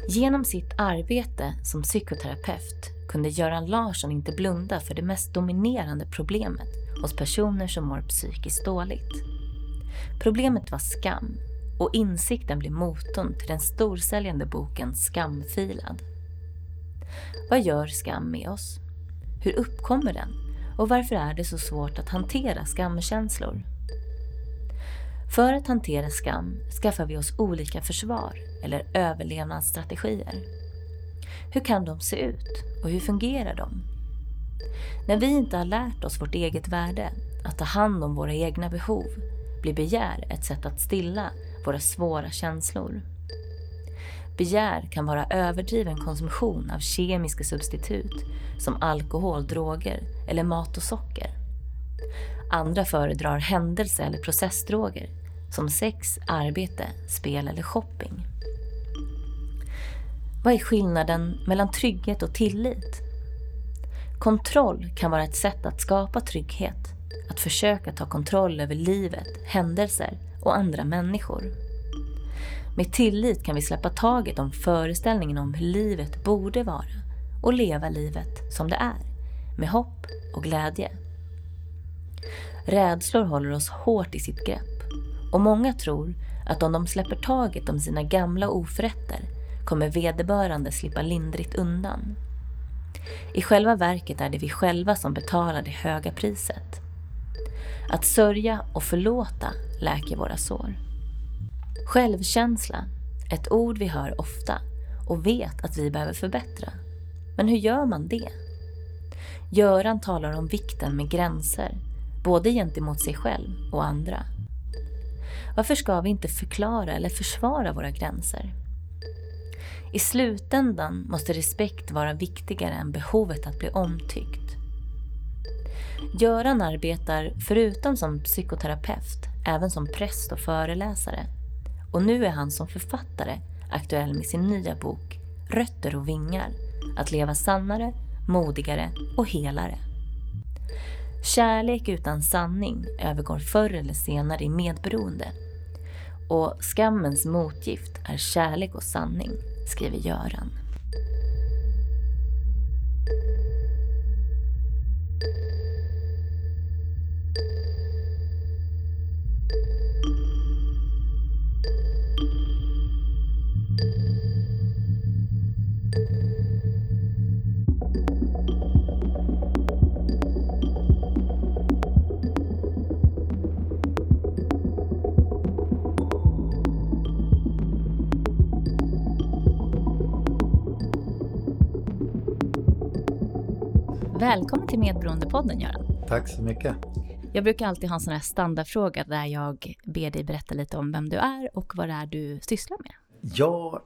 Genom sitt arbete som psykoterapeut kunde Göran Larsson inte blunda för det mest dominerande problemet hos personer som mår psykiskt dåligt. Problemet var skam, och insikten blev motorn till den storsäljande boken Skamfilad. Vad gör skam med oss? Hur uppkommer den? Och varför är det så svårt att hantera skamkänslor? För att hantera skam skaffar vi oss olika försvar eller överlevnadsstrategier. Hur kan de se ut och hur fungerar de? När vi inte har lärt oss vårt eget värde, att ta hand om våra egna behov, blir begär ett sätt att stilla våra svåra känslor. Begär kan vara överdriven konsumtion av kemiska substitut som alkohol, droger eller mat och socker. Andra föredrar händelse- eller processdroger som sex, arbete, spel eller shopping. Vad är skillnaden mellan trygghet och tillit? Kontroll kan vara ett sätt att skapa trygghet, att försöka ta kontroll över livet, händelser och andra människor. Med tillit kan vi släppa taget om föreställningen om hur livet borde vara och leva livet som det är, med hopp och glädje. Rädslor håller oss hårt i sitt grepp, och många tror att om de släpper taget om sina gamla oförrätter kommer vederbörande slippa lindrigt undan. I själva verket är det vi själva som betalar det höga priset. Att sörja och förlåta läker våra sår. Självkänsla, ett ord vi hör ofta och vet att vi behöver förbättra. Men hur gör man det? Göran talar om vikten med gränser, både gentemot sig själv och andra. Varför ska vi inte förklara eller försvara våra gränser? I slutändan måste respekt vara viktigare än behovet att bli omtyckt. Göran arbetar förutom som psykoterapeut även som präst och föreläsare. Och nu är han som författare aktuell med sin nya bok Rötter och vingar, att leva sannare, modigare och helare. Kärlek utan sanning övergår förr eller senare i medberoende. Och skammens motgift är kärlek och sanning, skriver Göran. Välkommen till Medberoendepodden, Göran. Tack så mycket. Jag brukar alltid ha en sån här standardfråga där jag ber dig berätta lite om vem du är och vad det är du sysslar med. Jag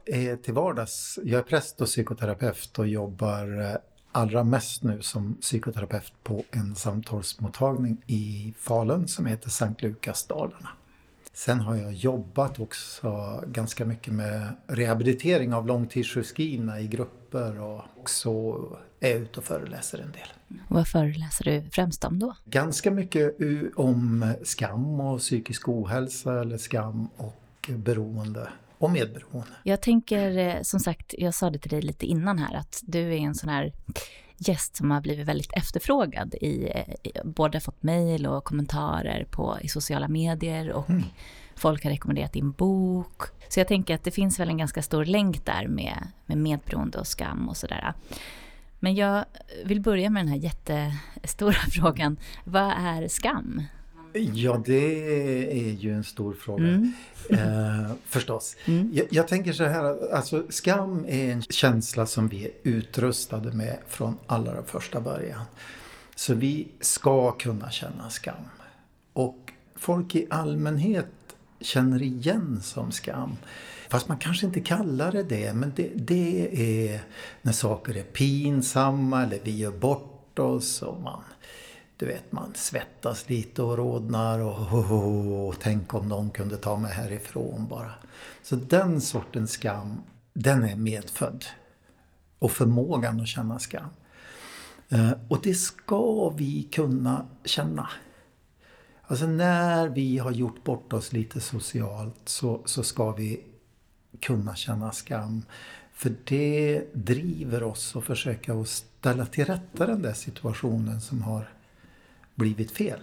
är präst och psykoterapeut och jobbar allra mest nu som psykoterapeut på en samtalsmottagning i Falun som heter Sankt Lukas Dalarna. Sen har jag jobbat också ganska mycket med rehabilitering av långtidssjukskrivna i grupper och också är ute och föreläser en del. Vad föreläser du främst om då? Ganska mycket om skam och psykisk ohälsa eller skam och beroende och medberoende. Jag tänker, som sagt, jag sa det till dig lite innan här, att du är en sån här gäst som har blivit väldigt efterfrågad både fått mejl och kommentarer i sociala medier och folk har rekommenderat din bok. Så jag tänker att det finns väl en ganska stor länk där med medberoende och skam och sådär. Men jag vill börja med den här jättestora frågan. Vad är skam? Ja, det är ju en stor fråga. Förstås. Jag tänker så här, alltså skam är en känsla som vi är utrustade med från allra första början. Så vi ska kunna känna skam. Och folk i allmänhet känner igen som skam. Fast man kanske inte kallar det, men det är när saker är pinsamma eller vi gör bort oss och man svettas lite och rodnar och tänk om någon kunde ta mig härifrån bara. Så den sortens skam, den är medfödd. Och förmågan att känna skam. Och det ska vi kunna känna. Alltså när vi har gjort bort oss lite socialt så ska vi kunna känna skam. För det driver oss att försöka att ställa till rätta den där situationen som har blivit fel.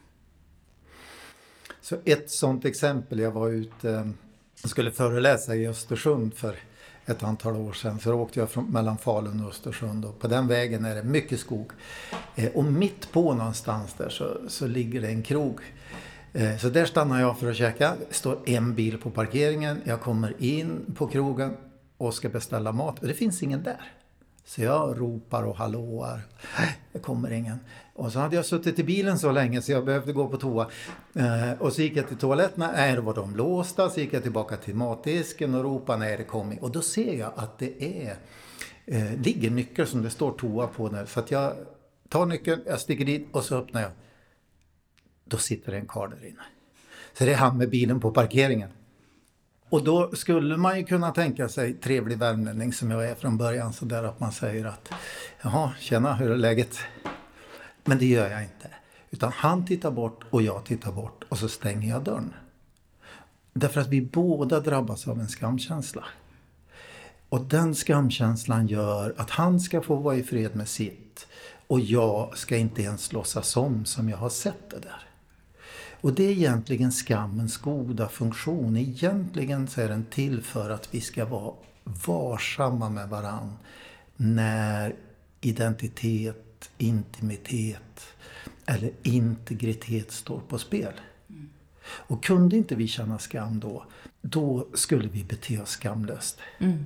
Så ett sånt exempel, jag var ute och skulle föreläsa i Östersund för ett antal år sedan. Så åkte jag mellan Falun och Östersund och på den vägen är det mycket skog. Och mitt på någonstans där så ligger det en krog. Så där stannar jag för att käka. Det står en bil på parkeringen. Jag kommer in på krogen och ska beställa mat. Och det finns ingen där. Så jag ropar och hallåar. Det kommer ingen. Och så hade jag suttit i bilen så länge så jag behövde gå på toa. Och så gick jag till toaletterna. Nej, då var de låsta. Så gick jag tillbaka till matdisken och ropade. Nej, det kom in. Och då ser jag att det ligger nyckel som det står toa på nu. Så att jag tar nyckeln, jag sticker dit och så öppnar jag. Då sitter det en karl där inne. Så det är han med bilen på parkeringen. Och då skulle man ju kunna tänka sig, trevlig värmlänning som jag är från början, så där att man säger att jaha, tjena, hur är läget? Men det gör jag inte. Utan han tittar bort och jag tittar bort och så stänger jag dörren. Därför att vi båda drabbas av en skamkänsla. Och den skamkänslan gör att han ska få vara i fred med sitt. Och jag ska inte ens låtsas som jag har sett det där. Och det är egentligen skammens goda funktion. Egentligen så är den till för att vi ska vara varsamma med varann när identitet, intimitet eller integritet står på spel. Och kunde inte vi känna skam då skulle vi bete oss skamlöst.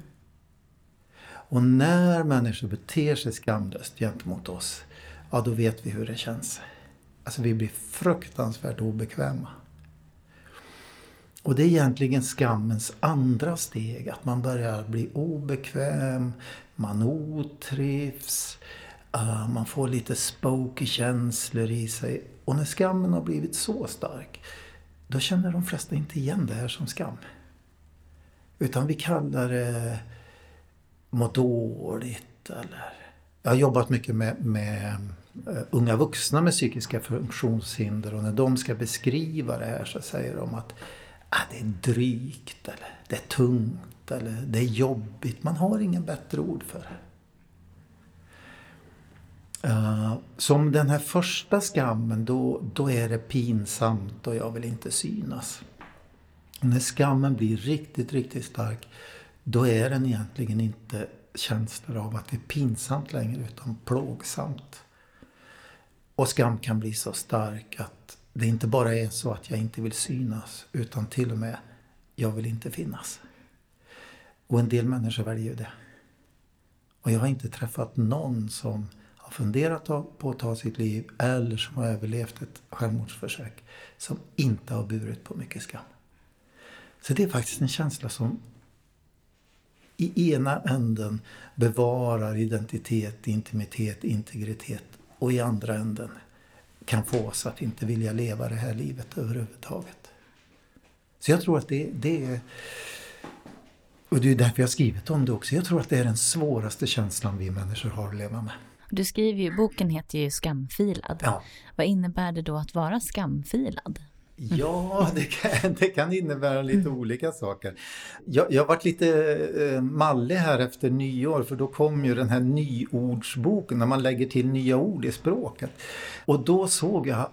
Och när människor beter sig skamlöst gentemot oss, ja då vet vi hur det känns. Alltså vi blir fruktansvärt obekväma. Och det är egentligen skammens andra steg. Att man börjar bli obekväm, man otrivs, man får lite spooky känslor i sig. Och när skammen har blivit så stark, då känner de flesta inte igen det här som skam. Utan vi kallar det må dåligt eller... Jag har jobbat mycket med unga vuxna med psykiska funktionshinder och när de ska beskriva det här så säger de att det är drygt eller det är tungt eller det är jobbigt. Man har ingen bättre ord för det. Som den här första skammen då är det pinsamt och jag vill inte synas. Och när skammen blir riktigt, riktigt stark då är den egentligen inte känslor av att det är pinsamt längre utan plågsamt. Och skam kan bli så stark att det inte bara är så att jag inte vill synas utan till och med jag vill inte finnas. Och en del människor väljer det. Och jag har inte träffat någon som har funderat på att ta sitt liv eller som har överlevt ett självmordsförsök som inte har burit på mycket skam. Så det är faktiskt en känsla som i ena änden bevarar identitet, intimitet, integritet och i andra änden kan få oss att inte vilja leva det här livet överhuvudtaget. Så jag tror att det är, och det är därför jag har skrivit om det också, jag tror att det är den svåraste känslan vi människor har att leva med. Du skriver ju, boken heter ju Skamfilad. Ja. Vad innebär det då att vara skamfilad? Ja, det kan innebära lite olika saker. Jag har varit lite mallig här efter nyår för då kom ju den här nyordsboken när man lägger till nya ord i språket. Och då såg jag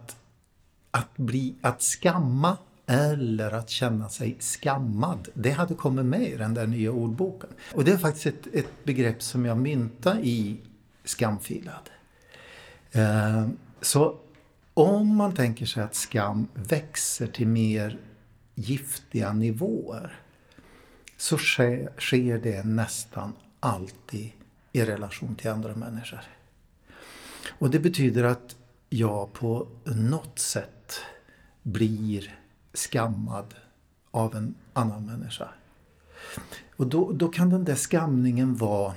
att skamma eller att känna sig skammad, det hade kommit med i den där nya ordboken. Och det är faktiskt ett begrepp som jag myntade i Skamfilad. Så om man tänker sig att skam växer till mer giftiga nivåer så sker det nästan alltid i relation till andra människor. Och det betyder att jag på något sätt blir skammad av en annan människa. Och då kan den där skamningen vara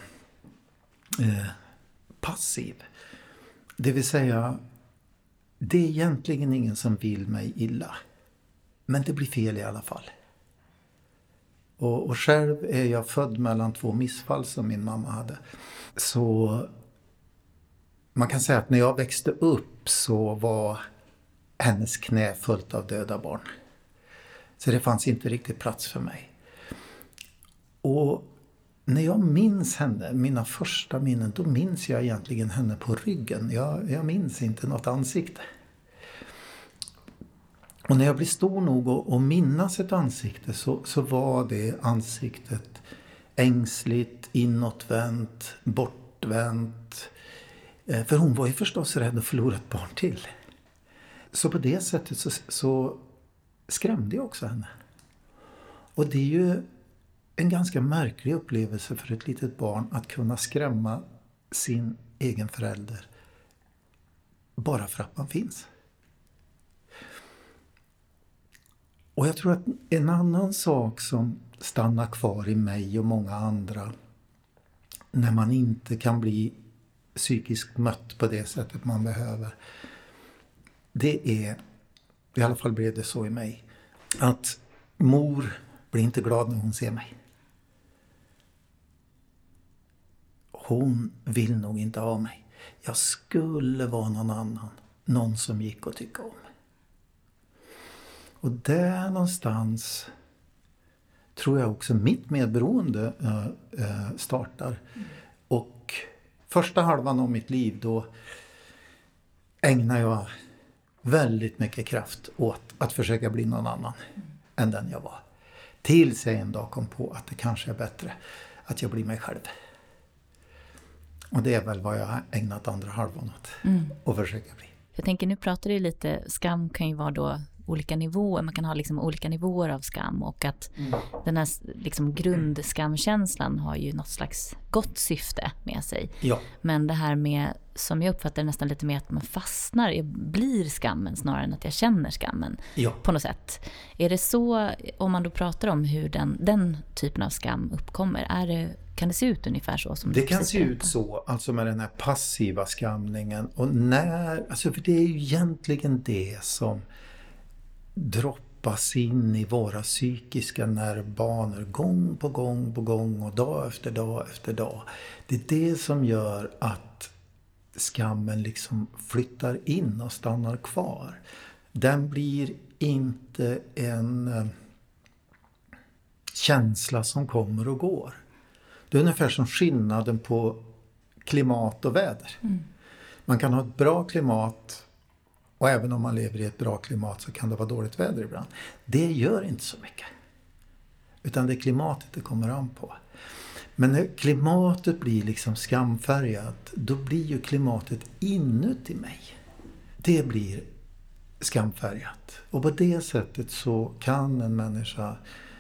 passiv. Det vill säga, det är egentligen ingen som vill mig illa. Men det blir fel i alla fall. Och själv är jag född mellan 2 missfall som min mamma hade. Så man kan säga att när jag växte upp så var hennes knä fullt av döda barn. Så det fanns inte riktigt plats för mig. Och när jag minns henne, mina första minnen, då minns jag egentligen henne på ryggen. Jag minns inte något ansikte. Och när jag blir stor nog att minnas ett ansikte så var det ansiktet ängsligt, inåtvänt, bortvänt. För hon var ju förstås rädd att förlora ett barn till. Så på det sättet så skrämde jag också henne. Och det är ju en ganska märklig upplevelse för ett litet barn att kunna skrämma sin egen förälder bara för att man finns. Och jag tror att en annan sak som stannar kvar i mig och många andra när man inte kan bli psykiskt mött på det sättet man behöver, det är, i alla fall blev det så i mig, att mor blir inte glad när hon ser mig. Hon vill nog inte ha mig. Jag skulle vara någon annan. Någon som gick och tycka om. Och där någonstans tror jag också mitt medberoende startar. Och första halvan av mitt liv då ägnar jag väldigt mycket kraft åt att försöka bli någon annan än den jag var. Tills jag en dag kom på att det kanske är bättre att jag blir mig själv. Och det är väl vad jag har ägnat andra halvan åt. Och försöka bli. Jag tänker, nu pratar du lite, skam kan ju vara då olika nivåer. Man kan ha liksom olika nivåer av skam. Och att den här liksom grundskamkänslan har ju något slags gott syfte med sig. Ja. Men det här med, som jag uppfattar nästan lite mer att man fastnar, jag blir skammen snarare än att jag känner skammen. Ja. På något sätt. Är det så, om man då pratar om hur den typen av skam uppkommer, kan det se ut ungefär så? Som det kan se ut så, alltså med den här passiva skamningen. Och alltså för det är ju egentligen det som droppas in i våra psykiska nervbanor gång på gång på gång och dag efter dag efter dag. Det är det som gör att skammen liksom flyttar in och stannar kvar. Den blir inte en känsla som kommer och går. Det är ungefär som skillnaden på klimat och väder. Man kan ha ett bra klimat, och även om man lever i ett bra klimat så kan det vara dåligt väder ibland. Det gör inte så mycket. Utan det är klimatet det kommer an på. Men när klimatet blir liksom skamfärgat, då blir ju klimatet inuti mig. Det blir skamfärgat. Och på det sättet så kan en människa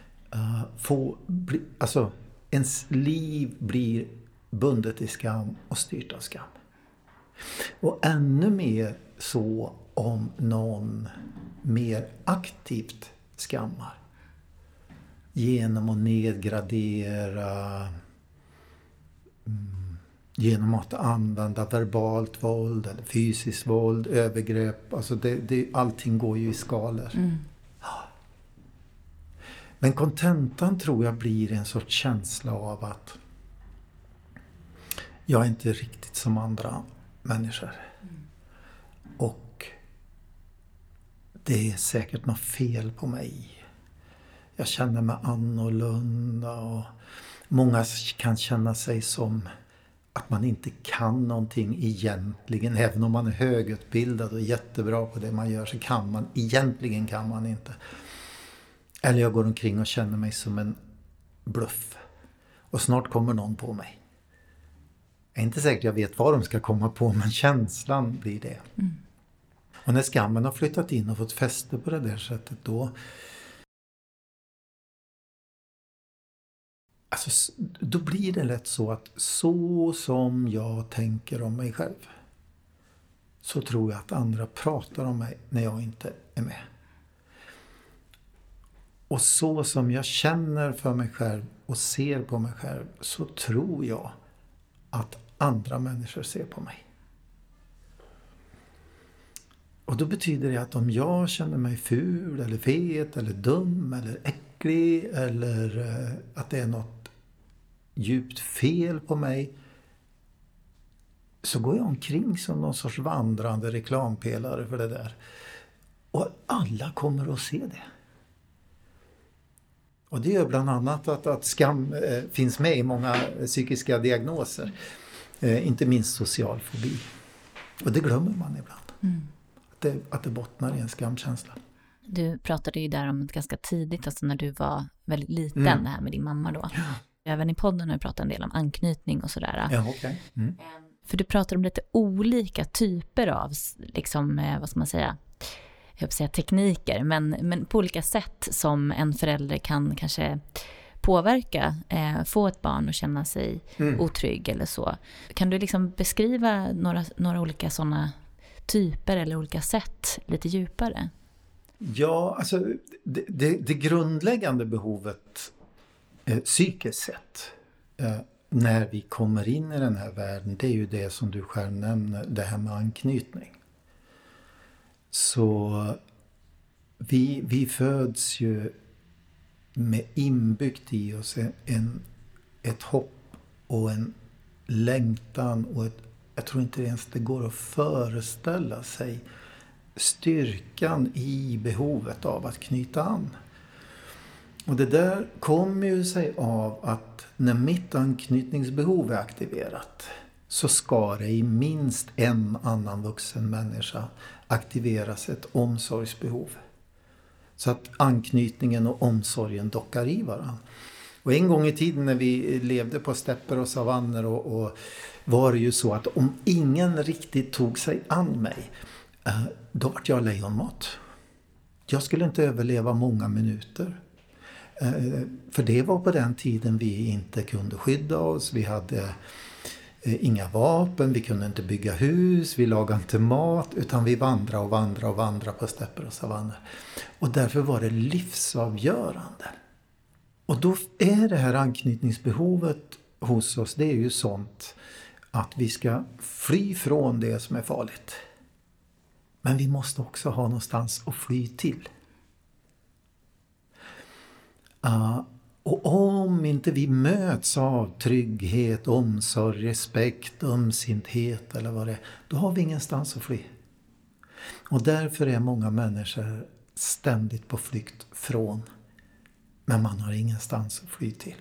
ens liv blir bundet i skam och styrt av skam. Och ännu mer så om någon mer aktivt skammar. Genom att nedgradera, genom att använda verbalt våld eller fysiskt våld, övergrepp. Alltså allting går ju i skalor. Men kontentan tror jag blir en sorts känsla av att jag är inte riktigt som andra människor. Och det är säkert något fel på mig. Jag känner mig annorlunda och många kan känna sig som att man inte kan någonting egentligen. Även om man är högutbildad och jättebra på det man gör så kan man inte. Eller jag går omkring och känner mig som en bluff. Och snart kommer någon på mig. Jag är inte säker att jag vet vad de ska komma på, men känslan blir det. Och när skammen har flyttat in och fått fäste på det där sättet då blir det lätt så att så som jag tänker om mig själv så tror jag att andra pratar om mig när jag inte är med. Och så som jag känner för mig själv och ser på mig själv så tror jag att andra människor ser på mig. Och då betyder det att om jag känner mig ful eller fet eller dum eller äcklig eller att det är något djupt fel på mig, så går jag omkring som någon sorts vandrande reklampelare för det där. Och alla kommer att se det. Och det gör bland annat att skam finns med i många psykiska diagnoser. Inte minst social fobi. Och det glömmer man ibland. Att det bottnar i en skamkänsla. Du pratade ju där om ganska tidigt, alltså när du var väldigt liten, det här med din mamma då. Ja. Även i podden har vi pratat en del om anknytning och sådär. Ja, okej. För du pratar om lite olika typer av, liksom, vad ska man säga, jag vill säga tekniker, men på olika sätt som en förälder kan kanske påverka, få ett barn att känna sig otrygg eller så. Kan du liksom beskriva några olika sådana typer eller olika sätt lite djupare? Ja, alltså det grundläggande behovet psykiskt sett när vi kommer in i den här världen, det är ju det som du själv nämner, det här med anknytning. Så vi föds ju med inbyggt i oss ett hopp och en längtan och jag tror inte ens det går att föreställa sig styrkan i behovet av att knyta an. Och det där kommer ju sig av att när mitt anknytningsbehov är aktiverat så ska det i minst en annan vuxen människa aktiveras ett omsorgsbehov. Så att anknytningen och omsorgen dockar i varandra. Och en gång i tiden när vi levde på stäpper och savanner och var det ju så att om ingen riktigt tog sig an mig, då var jag lejonmat. Jag skulle inte överleva många minuter. För det var på den tiden vi inte kunde skydda oss. Vi hade inga vapen, vi kunde inte bygga hus, vi lagade inte mat, utan vi vandrade på stäpper och savanner. Och därför var det livsavgörande. Och då är det här anknytningsbehovet hos oss, det är ju sånt att vi ska fly från det som är farligt. Men vi måste också ha någonstans att fly till. Och om inte vi möts av trygghet, omsorg, respekt, ömsinthet eller vad det är, då har vi ingenstans att fly. Och därför är många människor ständigt på flykt från, men man har ingenstans att fly till.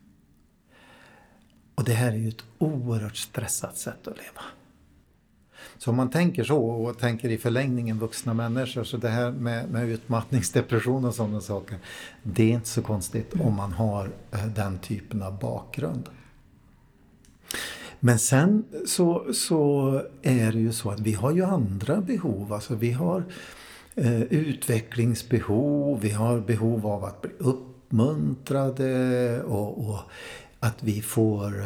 Och det här är ju ett oerhört stressat sätt att leva. Så om man tänker så och tänker i förlängningen vuxna människor, så det här med utmattningsdepression och sådana saker, det är inte så konstigt om man har den typen av bakgrund. Men sen så är det ju så att vi har ju andra behov. Alltså vi har utvecklingsbehov, vi har behov av att bli uppmuntrade och att vi får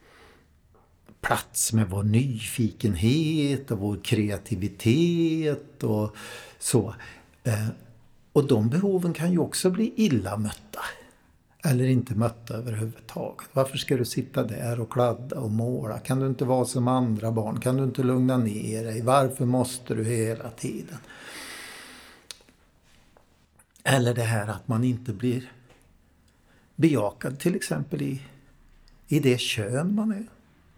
plats med vår nyfikenhet och vår kreativitet och så. Och de behoven kan ju också bli illa mötta. Eller inte mötta överhuvudtaget. Varför ska du sitta där och kladda och måla? Kan du inte vara som andra barn? Kan du inte lugna ner dig? Varför måste du hela tiden? Eller det här att man inte blir bejakad till exempel i det kön man är.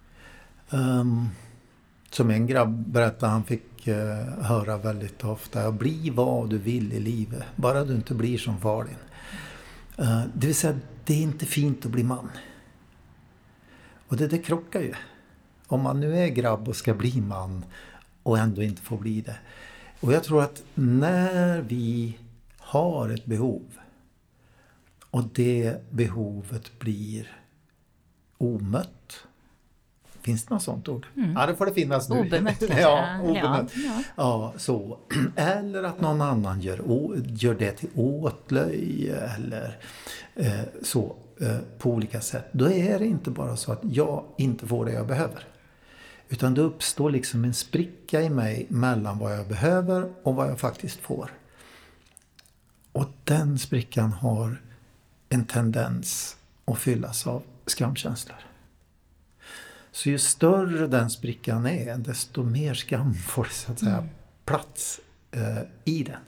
Som en grabb berättade, han fick höra väldigt ofta: bli vad du vill i livet, bara du inte blir som far din. Det vill säga, det är inte fint att bli man. Och det krockar ju. Om man nu är grabb och ska bli man och ändå inte får bli det. Och jag tror att när vi har ett behov och det behovet blir omött. Finns det något sånt ord? Ja, det får det finnas nu. Obemött. Ja, obemött. Ja, så. Eller att någon annan gör det till åtlöje eller så på olika sätt. Då är det inte bara så att jag inte får det jag behöver. Utan det uppstår liksom en spricka i mig mellan vad jag behöver och vad jag faktiskt får. Och den sprickan har en tendens att fyllas av skamkänslor. Så ju större den sprickan är, desto mer skam får så att säga plats i den.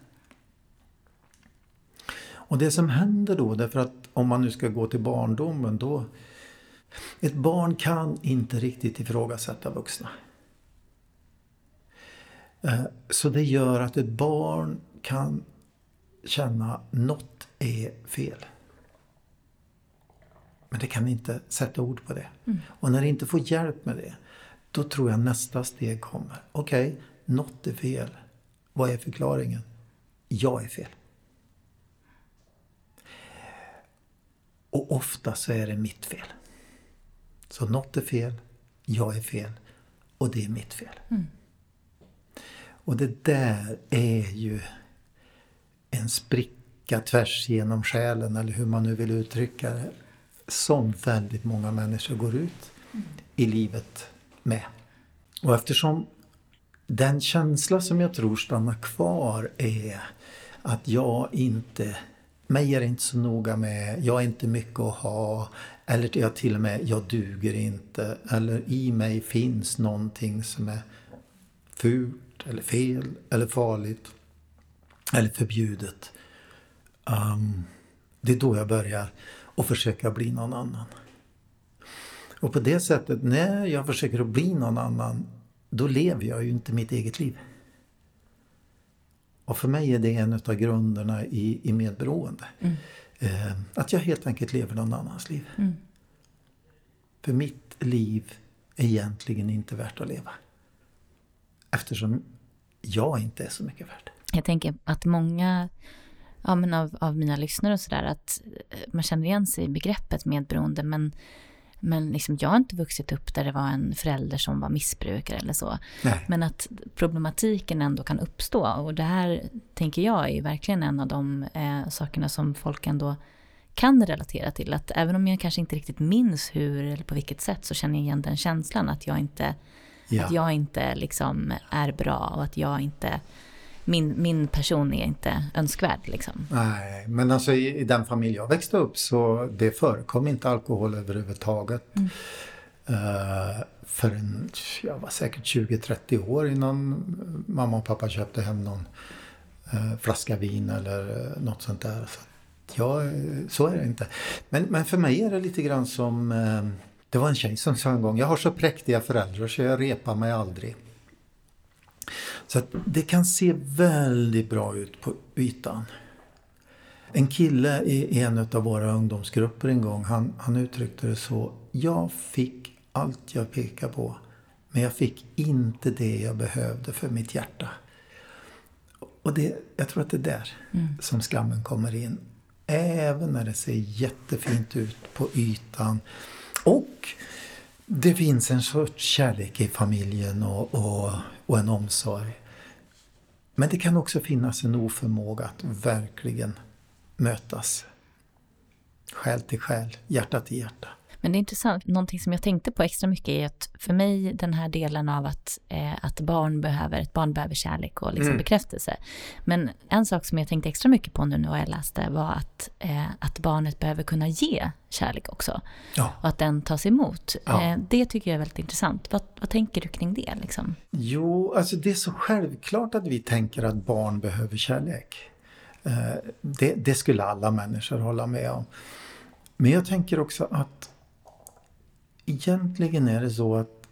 Och det som händer då, därför att om man nu ska gå till barndomen, då ett barn kan inte riktigt ifrågasätta vuxna. Så det gör att ett barn kan känna något är fel. Men det kan inte sätta ord på det. Och när det inte får hjälp med det, då tror jag nästa steg kommer. Okej, något är fel. Vad är förklaringen? Jag är fel. Och ofta så är det mitt fel. Så något är fel, jag är fel och det är mitt fel. Och det där är ju en spricka tvärs genom själen, eller hur man nu vill uttrycka det, som väldigt många människor går ut i livet med. Och eftersom den känsla som jag tror stannar kvar är att mig är inte så noga med, jag är inte mycket att ha, eller jag till och med, jag duger inte, eller i mig finns någonting som är fult eller fel eller farligt eller förbjudet. Det är då jag börjar att försöka bli någon annan. Och på det sättet, när jag försöker att bli någon annan, då lever jag ju inte mitt eget liv. Och för mig är det en av grunderna i medberoende. Att jag helt enkelt lever någon annans liv. För mitt liv är egentligen inte värt att leva. Eftersom jag inte är så mycket värd. Jag tänker att många av mina lyssnare och sådär, att man känner igen sig i begreppet medberoende, men liksom, jag har inte vuxit upp där det var en förälder som var missbrukare eller så. Nej. Men att problematiken ändå kan uppstå. Och det här, tänker jag, är verkligen en av de sakerna som folk ändå kan relatera till. Att även om jag kanske inte riktigt minns hur eller på vilket sätt, så känner jag igen den känslan att jag inte liksom är bra och att jag inte... Min person är inte önskvärd liksom. Nej, men alltså i den familj jag växte upp så det förekom inte alkohol överhuvudtaget. Förrän jag var säkert 20-30 år innan mamma och pappa köpte hem någon flaska vin eller något sånt där. Så är det inte. Men för mig är det lite grann som... det var en tjej som sa en gång, jag har så präktiga föräldrar så jag repar mig aldrig. Så att det kan se väldigt bra ut på ytan. En kille i en av våra ungdomsgrupper en gång, han uttryckte det så: jag fick allt jag pekade på, men jag fick inte det jag behövde för mitt hjärta. Och jag tror att det är där som skammen kommer in. Även när det ser jättefint ut på ytan. Och det finns en sorts kärlek i familjen och en omsorg. Men det kan också finnas en oförmåga att verkligen mötas. Själ till själ, hjärta till hjärta. Men det är intressant. Någonting som jag tänkte på extra mycket är att för mig den här delen av att ett barn behöver kärlek och liksom bekräftelse. Men en sak som jag tänkte extra mycket på nu när jag läste var att barnet behöver kunna ge kärlek också. Ja. Och att den tas emot. Ja. Det tycker jag är väldigt intressant. Vad tänker du kring det liksom? Jo, alltså det är så självklart att vi tänker att barn behöver kärlek. Det skulle alla människor hålla med om. Men jag tänker också att egentligen är det så att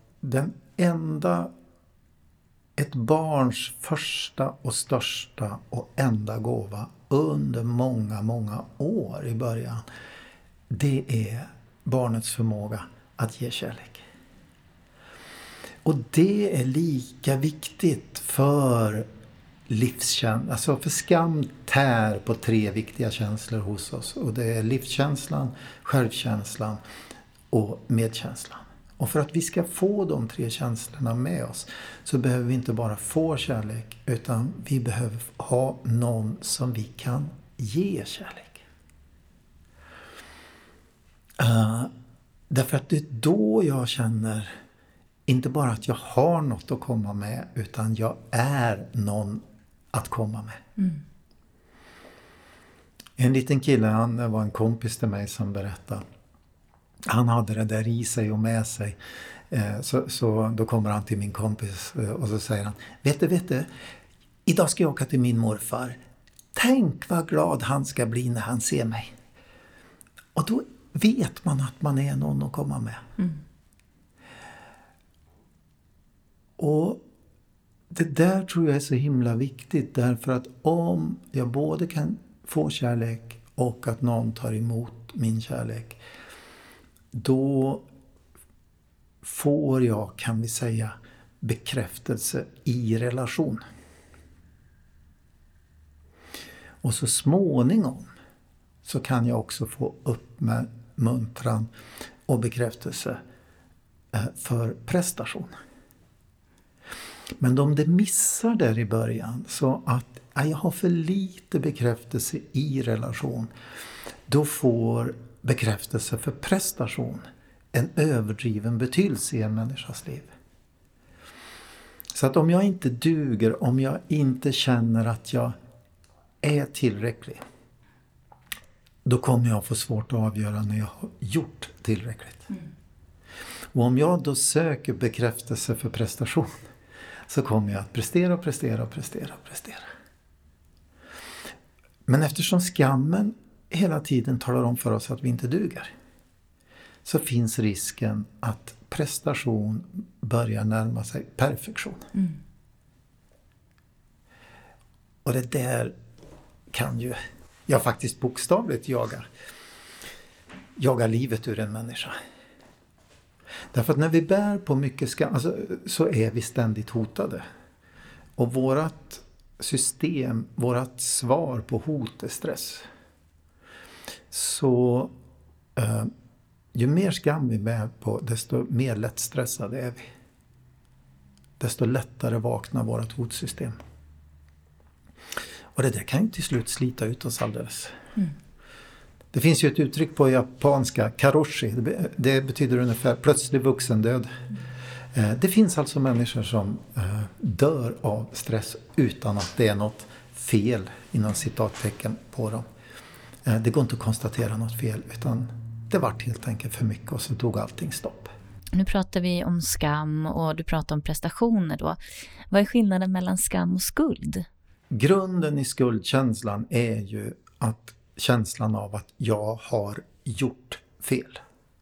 ett barns första och största och enda gåva under många, många år i början, det är barnets förmåga att ge kärlek. Och det är lika viktigt för livskänslan. För skam tär på 3 viktiga känslor hos oss. Och det är livskänslan, självkänslan och medkänslan. Och för att vi ska få de 3 känslorna med oss så behöver vi inte bara få kärlek, utan vi behöver ha någon som vi kan ge kärlek. Därför att det är då jag känner inte bara att jag har något att komma med, utan jag är någon att komma med. En liten kille, han var en kompis till mig som berättade. Han hade det där i sig och med sig. Så då kommer han till min kompis och så säger han: Vet du, idag ska jag åka till min morfar. Tänk vad glad han ska bli när han ser mig. Och då vet man att man är någon att komma med. Och det där tror jag är så himla viktigt, därför att om jag både kan få kärlek och att någon tar emot min kärlek, då får jag, kan vi säga, bekräftelse i relation. Och så småningom så kan jag också få uppmuntran och bekräftelse för prestation. Men om det missar där i början, så att jag har för lite bekräftelse i relation, då får bekräftelse för prestation en överdriven betydelse i en människas liv. Så att om jag inte duger, om jag inte känner att jag är tillräcklig, då kommer jag få svårt att avgöra när jag har gjort tillräckligt. Och om jag då söker bekräftelse för prestation, så kommer jag att prestera. Men eftersom skammen hela tiden talar om för oss att vi inte duger, så finns risken att prestation börjar närma sig perfektion. Och det där kan ju jag faktiskt bokstavligt jaga livet ur en människa. Därför att när vi bär på mycket skam, så är vi ständigt hotade. Och vårat system, vårat svar på hot är stress. Så ju mer skam vi bär på, desto mer lättstressade är vi. Desto lättare vaknar vårt hotsystem. Och det där kan ju till slut slita ut oss alldeles. Det finns ju ett uttryck på japanska, karoshi. Det betyder ungefär plötslig vuxendöd. Det finns alltså människor som dör av stress utan att det är något fel, inom citattecken, på dem. Det går inte att konstatera något fel, utan det var helt enkelt för mycket och så tog allting stopp. Nu pratar vi om skam och du pratar om prestationer då. Vad är skillnaden mellan skam och skuld? Grunden i skuldkänslan är ju att känslan av att jag har gjort fel.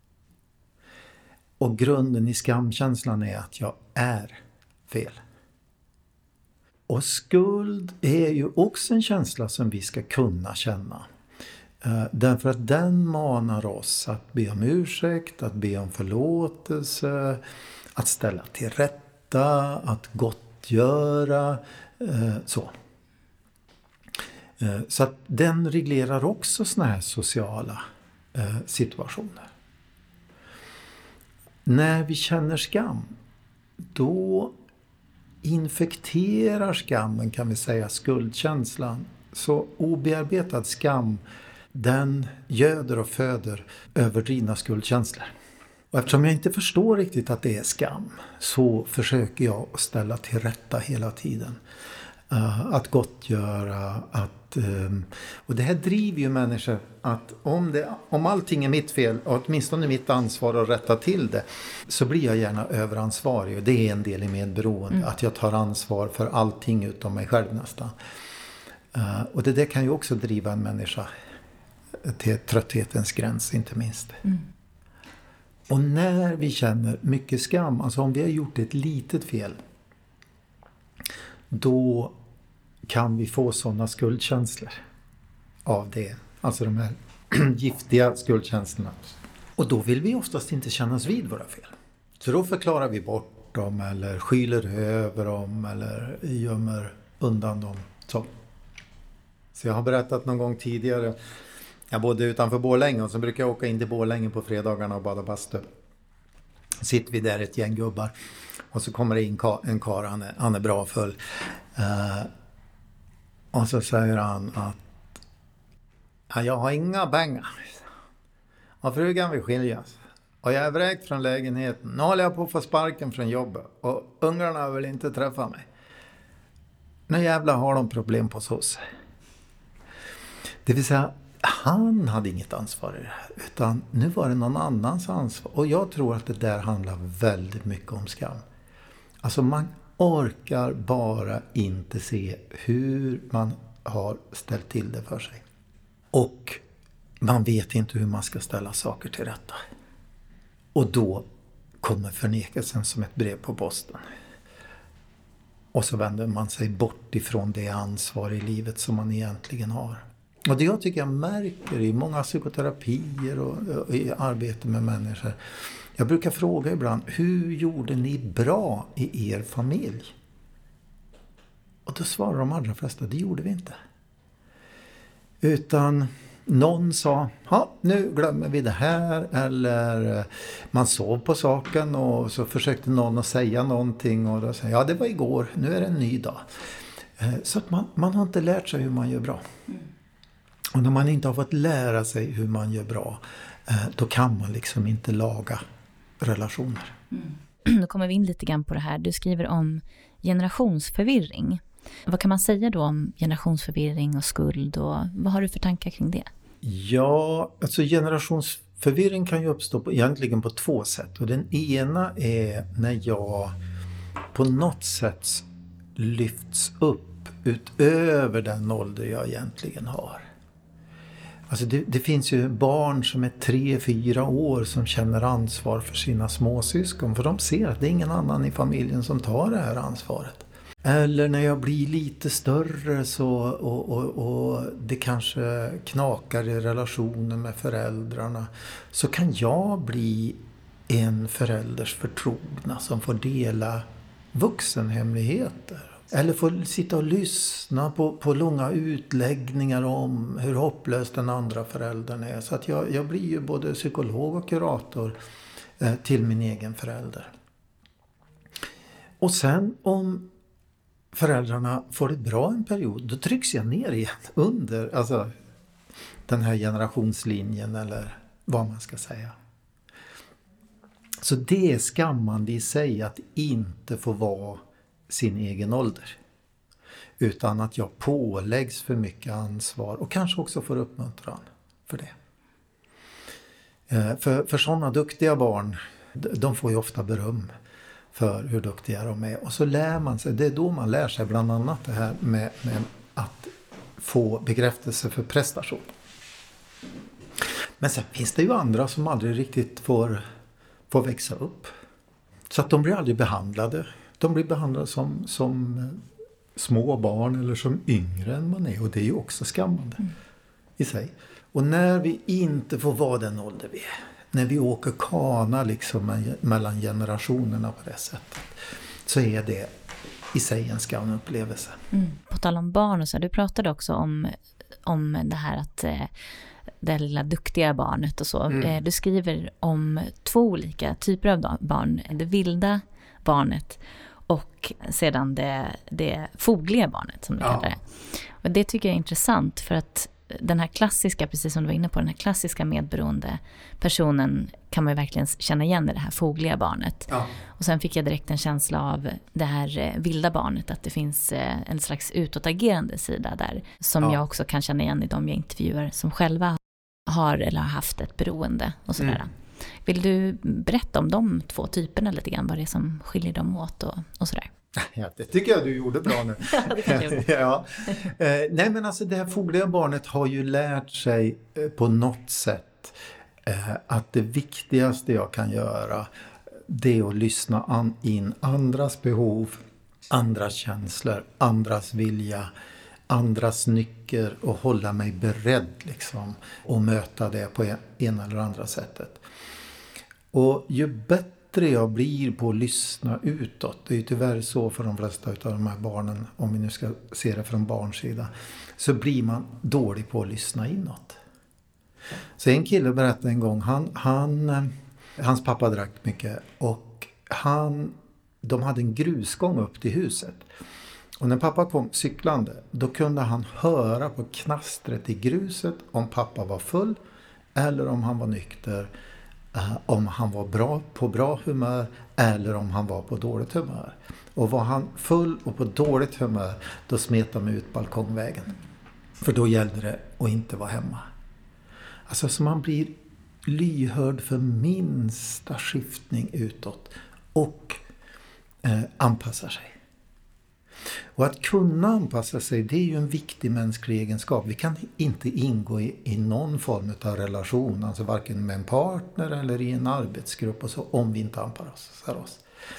Och grunden i skamkänslan är att jag är fel. Och skuld är ju också en känsla som vi ska kunna känna. Därför att den manar oss att be om ursäkt, att be om förlåtelse, att ställa till rätta, att gottgöra, så. Så att den reglerar också såna här sociala situationer. När vi känner skam, då infekterar skammen, kan vi säga, skuldkänslan. Så obearbetad skam, den göder och föder överdrivna skuldkänslor. Och eftersom jag inte förstår riktigt att det är skam, så försöker jag att ställa till rätta hela tiden. Att gottgöra, och det här driver ju människor att om allting är mitt fel, och åtminstone mitt ansvar att rätta till det, så blir jag gärna överansvarig. Och det är en del i medberoende, att jag tar ansvar för allting utom mig själv nästan. Och det där kan ju också driva en människa till trötthetens gräns, inte minst. Och när vi känner mycket skam, alltså om vi har gjort ett litet fel, då kan vi få sådana skuldkänslor av det. Alltså de här giftiga skuldkänslorna. Och då vill vi oftast inte kännas vid våra fel. Så då förklarar vi bort dem, eller skyler över dem, eller gömmer undan dem. Så jag har berättat någon gång tidigare, jag bodde utanför Borlänge, och så brukar jag åka in till Borlänge på fredagarna och bada bastu. Sitter vi där ett gäng gubbar, och så kommer det in en karl, han är bra full. Och så säger han att jag har inga pengar. Och frugan vill skiljas. Och jag är vräkt från lägenheten. Nu håller jag på att få sparken från jobbet. Och ungarna vill inte träffa mig. Nu jävla har de problem på oss. Det vill säga, han hade inget ansvar i det här. Utan nu var det någon annans ansvar. Och jag tror att det där handlar väldigt mycket om skam. Alltså man orkar bara inte se hur man har ställt till det för sig. Och man vet inte hur man ska ställa saker till rätta. Och då kommer förnekelsen som ett brev på posten. Och så vänder man sig bort ifrån det ansvar i livet som man egentligen har. Och det jag tycker jag märker i många psykoterapier och i arbete med människor. Jag brukar fråga ibland, hur gjorde ni bra i er familj? Och då svarar de allra flesta, det gjorde vi inte. Utan någon sa, ja nu glömmer vi det här. Eller man sov på saken och så försökte någon att säga någonting. Och då sa ja det var igår, nu är det en ny dag. Så att man har inte lärt sig hur man gör bra. Och när man inte har fått lära sig hur man gör bra, då kan man liksom inte laga relationer. Då kommer vi in lite grann på det här. Du skriver om generationsförvirring. Vad kan man säga då om generationsförvirring och skuld och vad har du för tankar kring det? Ja, alltså generationsförvirring kan ju uppstå egentligen på två sätt. Och den ena är när jag på något sätt lyfts upp utöver den ålder jag egentligen har. Alltså det finns ju barn som är 3-4 år som känner ansvar för sina småsyskon. För de ser att det är ingen annan i familjen som tar det här ansvaret. Eller när jag blir lite större så, och det kanske knakar i relationen med föräldrarna. Så kan jag bli en förälders förtrogna som får dela vuxenhemligheter. Eller får sitta och lyssna på långa utläggningar om hur hopplös den andra föräldern är. Så att jag blir ju både psykolog och kurator till min egen förälder. Och sen om föräldrarna får det bra en period, då trycks jag ner igen under alltså, den här generationslinjen eller vad man ska säga. Så det är skammande i sig att inte få vara sin egen ålder. Utan att jag påläggs för mycket ansvar och kanske också får uppmuntran för det. För sådana duktiga barn, de får ju ofta beröm för hur duktiga de är. Och så lär man sig, det är då man lär sig bland annat det här med att få bekräftelse för prestation. Men sen finns det ju andra som aldrig riktigt får växa upp. Så att de blir aldrig behandlade. De blir behandlade som små barn eller som yngre än man är. Och det är ju också skammande i sig. Och när vi inte får vara den ålder vi är. När vi åker kana liksom mellan generationerna på det sättet. Så är det i sig en skamupplevelse. På tal om barn och så. Du pratade också om det här att det lilla duktiga barnet och så. Du skriver om 2 olika typer av barn. Det vilda barnet och sedan det fogliga barnet som du kallar det. Och det tycker jag är intressant för att den här klassiska, precis som du var inne på, den här klassiska medberoende personen kan man ju verkligen känna igen i det här fogliga barnet. Ja. Och sen fick jag direkt en känsla av det här vilda barnet, att det finns en slags utåtagerande sida där som jag också kan känna igen i de jag intervjuar som själva har eller har haft ett beroende och sådär. Vill du berätta om de 2 typerna lite grann, vad det är som skiljer dem åt och sådär? Ja, det tycker jag du gjorde bra nu. Ja, det kan jag. Ja. Nej men alltså det här fogliga barnet har ju lärt sig på något sätt att det viktigaste jag kan göra det är att lyssna in andras behov, andras känslor, andras vilja, andras nycker och hålla mig beredd liksom och möta det på ena eller andra sättet. Och ju bättre jag blir på att lyssna utåt, det är ju tyvärr så för de flesta av de här barnen, om vi nu ska se det från barns sida, så blir man dålig på att lyssna inåt. Så en kille berättade en gång, hans pappa drack mycket och de hade en grusgång upp till huset. Och när pappa kom cyklande, då kunde han höra på knastret i gruset om pappa var full eller om han var nykter, om han var på bra humör eller om han var på dåligt humör. Och var han full och på dåligt humör, då smet de ut balkongvägen. För då gällde det att inte vara hemma. Alltså så man blir lyhörd för minsta skiftning utåt och anpassar sig. Och att kunna anpassa sig, det är ju en viktig mänsklig egenskap. Vi kan inte ingå i någon form av relation, alltså varken med en partner eller i en arbetsgrupp och så, om vi inte anpassar oss.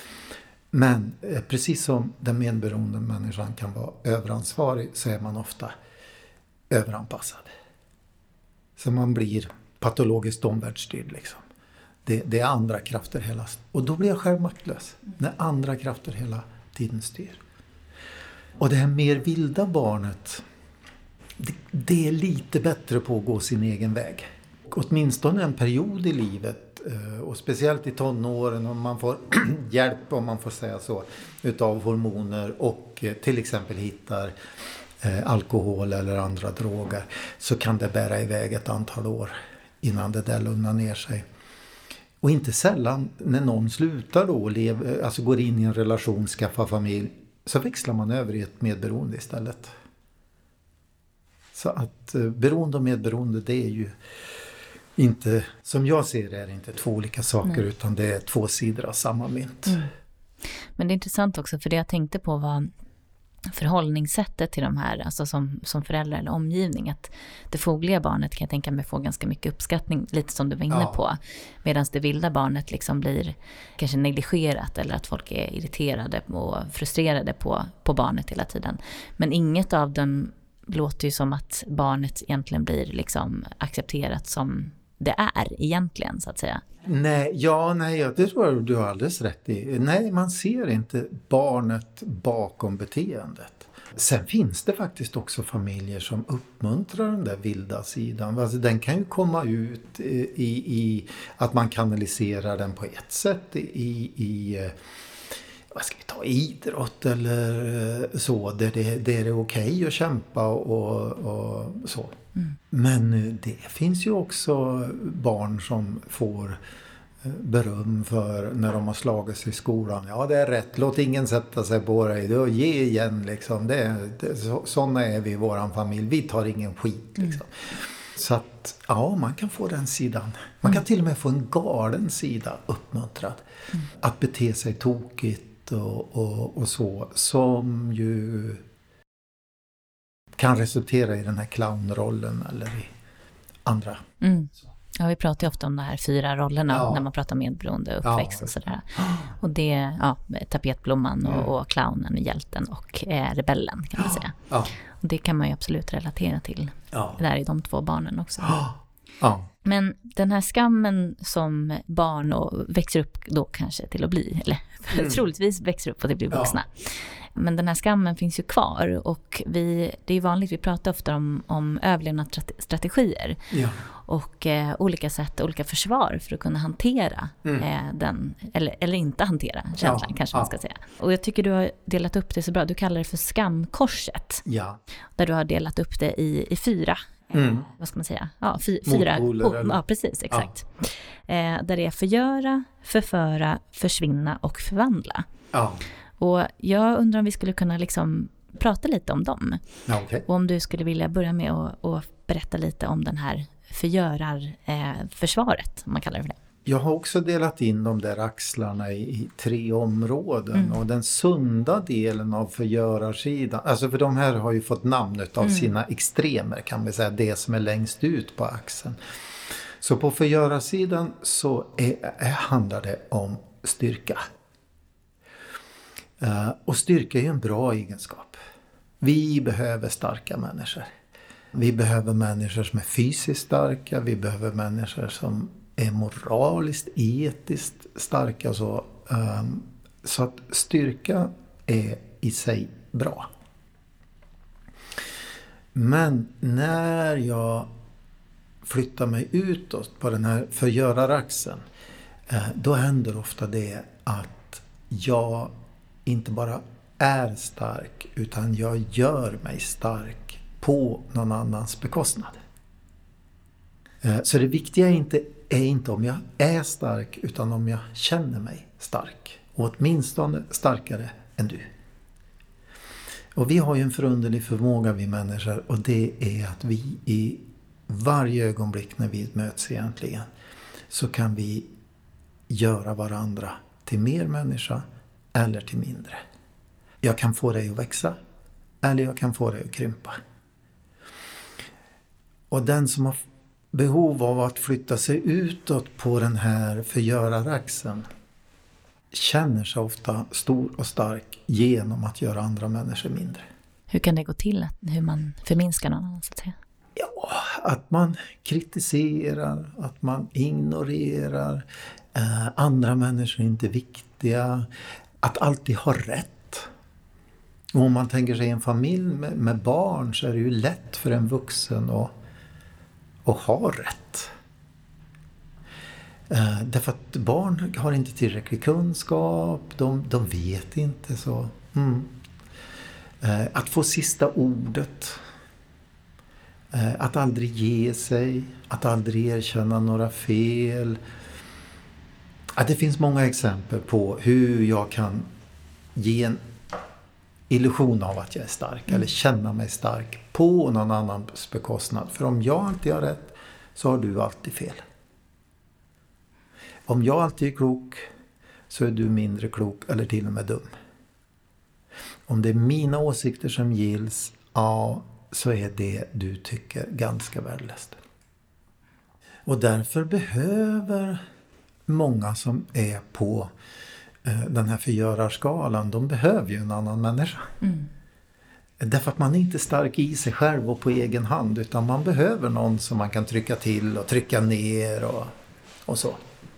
Men precis som den medberoende människan kan vara överansvarig, så är man ofta överanpassad. Så man blir patologiskt omvärldsstyrd liksom. Det är andra krafter hela... Och då blir jag själv maktlös. När andra krafter hela tiden styr. Och det här mer vilda barnet, det är lite bättre på att gå sin egen väg. Och åtminstone en period i livet, och speciellt i tonåren, om man får hjälp, om man får säga så, utav hormoner och till exempel hittar alkohol eller andra droger, så kan det bära iväg ett antal år innan det där lugnar ner sig. Och inte sällan när någon slutar då, alltså går in i en relation, skaffar familj, så växlar man över i ett medberoende istället. Så att beroende och medberoende, det är ju inte, som jag ser det, är det inte två olika saker, utan det är två sidor av samma mynt. Men det är intressant också, för det jag tänkte på var förhållningssättet till de här, alltså som föräldrar eller omgivning, att det fogliga barnet kan jag tänka mig få ganska mycket uppskattning, lite som du var inne på, medan det vilda barnet liksom blir kanske negligerat, eller att folk är irriterade och frustrerade på barnet hela tiden. Men inget av dem låter ju som att barnet egentligen blir liksom accepterat som det är egentligen, så att säga. Nej, det tror jag du har alldeles rätt i. Nej, man ser inte barnet bakom beteendet. Sen finns det faktiskt också familjer som uppmuntrar den där vilda sidan. Alltså, den kan ju komma ut i att man kanaliserar den på ett sätt i vad ska vi ta, idrott eller så, där det är okej att kämpa och så. Men det finns ju också barn som får beröm för när de har slagit sig i skolan. Ja, det är rätt. Låt ingen sätta sig på dig. Då ge igen liksom. Sådana är vi i våran familj. Vi tar ingen skit liksom. Så att man kan få den sidan. Man kan till och med få en galen sida uppmuntrad. Att bete sig tokigt och så, som ju kan resultera i den här clownrollen eller i andra. Ja, vi pratar ju ofta om de här 4 rollerna när man pratar medberoende uppväxt och sådär. Och det tapetblomman och clownen och hjälten och rebellen, kan man säga. Och det kan man ju absolut relatera till. Där är de 2 barnen också. Men den här skammen som barn och växer upp då kanske till att bli, eller troligtvis växer upp och till att bli vuxna. Men den här skammen finns ju kvar, och det är ju vanligt, vi pratar ofta om överlevnadsstrategier och olika sätt, olika försvar för att kunna hantera den, eller inte hantera känslan, kanske man ska säga. Och jag tycker du har delat upp det så bra, du kallar det för skamkorset. Där du har delat upp det i 4. Vad ska man säga? 4. Ja, precis, exakt. Där det är förgöra, förföra, försvinna och förvandla. Och jag undrar om vi skulle kunna liksom prata lite om dem. Och om du skulle vilja börja med att berätta lite om den här försvaret, om man kallar det för det. Jag har också delat in de där axlarna i 3 områden. Och den sunda delen av förgörarsidan, alltså för de här har ju fått namnet av sina extremer, kan vi säga, det som är längst ut på axeln. Så på förgörarsidan så handlar det om styrka. Och styrka är ju en bra egenskap. Vi behöver starka människor. Vi behöver människor som är fysiskt starka. Vi behöver människor som är moraliskt, etiskt starka. Så att styrka är i sig bra. Men när jag flyttar mig utåt på den här förgöraraxeln, då händer ofta det att jag inte bara är stark, utan jag gör mig stark på någon annans bekostnad. Så det viktiga är inte om jag är stark, utan om jag känner mig stark. Och åtminstone starkare än du. Och vi har ju en förunderlig förmåga, vi människor, och det är att vi i varje ögonblick när vi möts egentligen, så kan vi göra varandra till mer människa eller till mindre. Jag kan få dig att växa, eller jag kan få dig att krympa. Och den som har behov av att flytta sig utåt på den här förgöraraxeln känner sig ofta stor och stark genom att göra andra människor mindre. Hur kan det gå till, hur man förminskar någon annan, så att säga? att man kritiserar, att man ignorerar, andra människor är inte viktiga, att alltid ha rätt. Och om man tänker sig en familj med barn så är det ju lätt för en vuxen att ha rätt. Därför att barn har inte tillräcklig kunskap, de vet inte så. Att få sista ordet, att aldrig ge sig, att aldrig erkänna några fel. Det finns många exempel på hur jag kan ge en illusion av att jag är stark eller känna mig stark på någon annans bekostnad. För om jag alltid har rätt så har du alltid fel. Om jag alltid är klok så är du mindre klok eller till och med dum. Om det är mina åsikter som gills, så är det du tycker ganska värdelöst. Och därför behöver många som är på den här förgörarskalan, de behöver ju en annan människa. Därför att man är inte stark i sig själv och på egen hand, utan man behöver någon som man kan trycka till och trycka ner och så.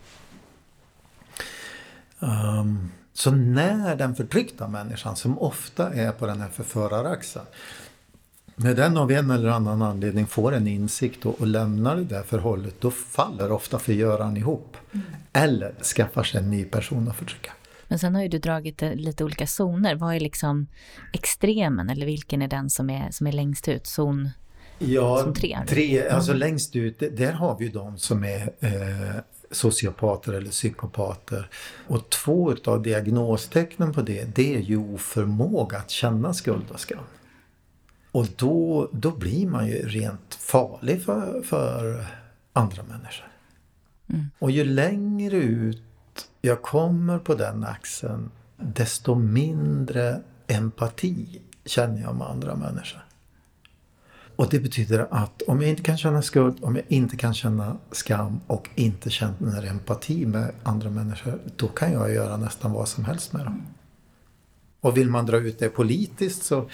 Så när den förtryckta människan, som ofta är på den här förföraraxeln, när den av en eller annan anledning får en insikt och lämnar det där förhållet, då faller ofta förgöraren ihop. Eller skaffar sig en ny person att förtrycka. Men sen har ju du dragit lite olika zoner. Vad är liksom extremen, eller vilken är den som är längst ut? Zon 3? Alltså längst ut, där har vi ju de som är sociopater eller psykopater. Och 2 av diagnostecknen på det är ju oförmåga att känna skuld och skam. Och då blir man ju rent farlig för andra människor. Och ju längre ut jag kommer på den axeln, desto mindre empati känner jag med andra människor. Och det betyder att om jag inte kan känna skuld, om jag inte kan känna skam och inte känner empati med andra människor, då kan jag göra nästan vad som helst med dem. Och vill man dra ut det politiskt så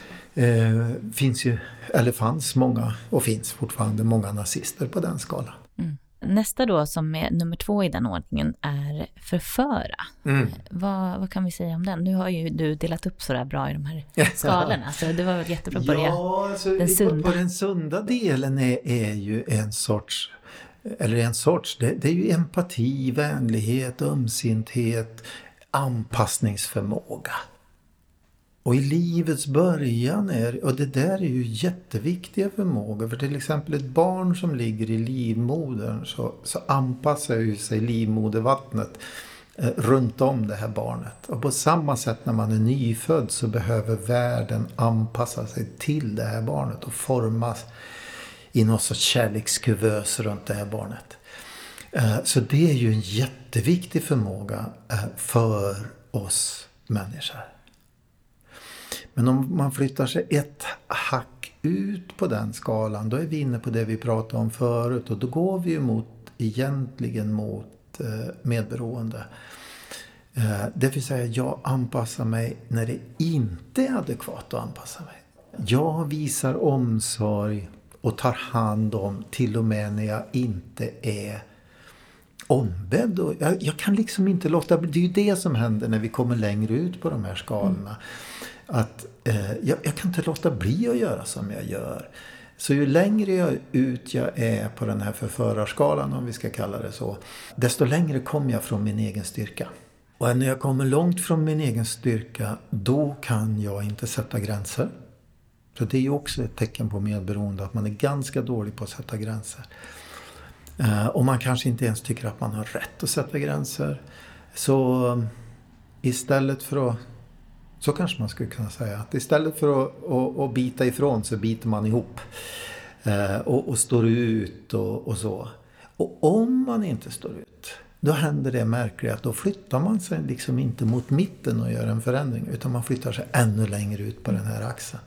fanns många och finns fortfarande många nazister på den skalan. Nästa då, som är nummer 2 i den ordningen, är förföra. Vad kan vi säga om den? Nu har ju du delat upp så där bra i de här skalorna, så det var väl jättebra att börja. Den sunda. På den sunda delen är ju en sorts, det är ju empati, vänlighet, ömsinthet, anpassningsförmåga. Och i livets början och det där är ju jätteviktiga förmågor. För till exempel ett barn som ligger i livmodern så anpassar ju sig livmodervattnet runt om det här barnet. Och på samma sätt när man är nyfödd så behöver världen anpassa sig till det här barnet och formas i någon sorts kärlekskuvös runt det här barnet. Så det är ju en jätteviktig förmåga för oss människor. Men om man flyttar sig ett hack ut på den skalan, då är vi inne på det vi pratade om förut. Och då går vi ju egentligen mot medberoende. Det vill säga, jag anpassar mig när det inte är adekvat att anpassa mig. Jag visar omsorg och tar hand om till och med när jag inte är ombedd. Och jag kan liksom inte låta bli. Det är ju det som händer när vi kommer längre ut på de här skalorna. Att jag kan inte låta bli att göra som jag gör. Så ju längre ut jag är på den här förförarskalan, om vi ska kalla det så, desto längre kommer jag från min egen styrka. Och när jag kommer långt från min egen styrka, då kan jag inte sätta gränser. Så det är ju också ett tecken på medberoende, att man är ganska dålig på att sätta gränser. Och man kanske inte ens tycker att man har rätt att sätta gränser. Så istället för att, så kanske man skulle kunna säga, att istället för att bita ifrån så biter man ihop. Och står ut och så. Och om man inte står ut, då händer det märkligt att då flyttar man sig liksom inte mot mitten och gör en förändring, utan man flyttar sig ännu längre ut på den här axeln.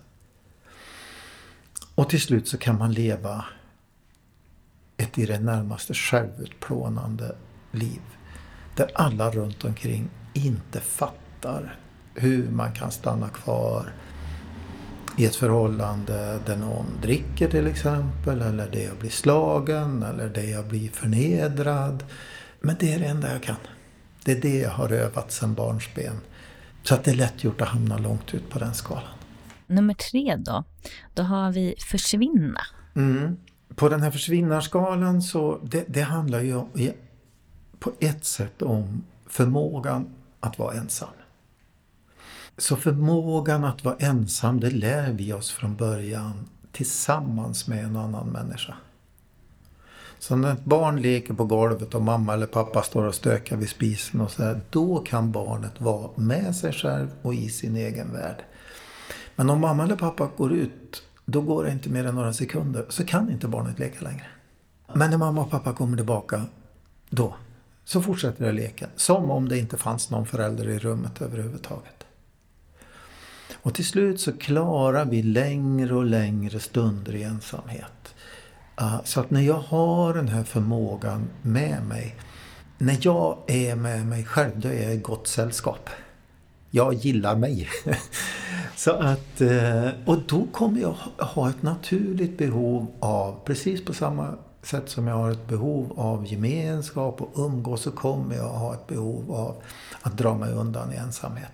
Och till slut så kan man leva ett i det närmaste självutplånande liv. Där alla runt omkring inte fattar hur man kan stanna kvar. i ett förhållande där någon dricker till exempel, eller där jag blir slagen, eller där jag blir förnedrad. Men det är det enda jag kan. Det är det jag har övat sedan barnsben. Så att det är lätt gjort att hamna långt ut på den skalan. Nummer 3 då? Då har vi försvinna. På den här försvinnarskalan så det handlar ju på ett sätt om förmågan att vara ensam. Så förmågan att vara ensam, det lär vi oss från början tillsammans med en annan människa. Så när ett barn leker på golvet och mamma eller pappa står och stökar vid spisen och så här, då kan barnet vara med sig själv och i sin egen värld. Men om mamma eller pappa går ut, då går det inte mer än några sekunder, så kan inte barnet leka längre. Men när mamma och pappa kommer tillbaka, då så fortsätter det leken. Som om det inte fanns någon förälder i rummet överhuvudtaget. Och till slut så klarar vi längre och längre stunder i ensamhet. Så att när jag har den här förmågan med mig, när jag är med mig själv, då är jag i gott sällskap. Jag gillar mig. Så att, och då kommer jag ha ett naturligt behov av, precis på samma sätt som jag har ett behov av gemenskap och umgås, så kommer jag ha ett behov av att dra mig undan i ensamhet.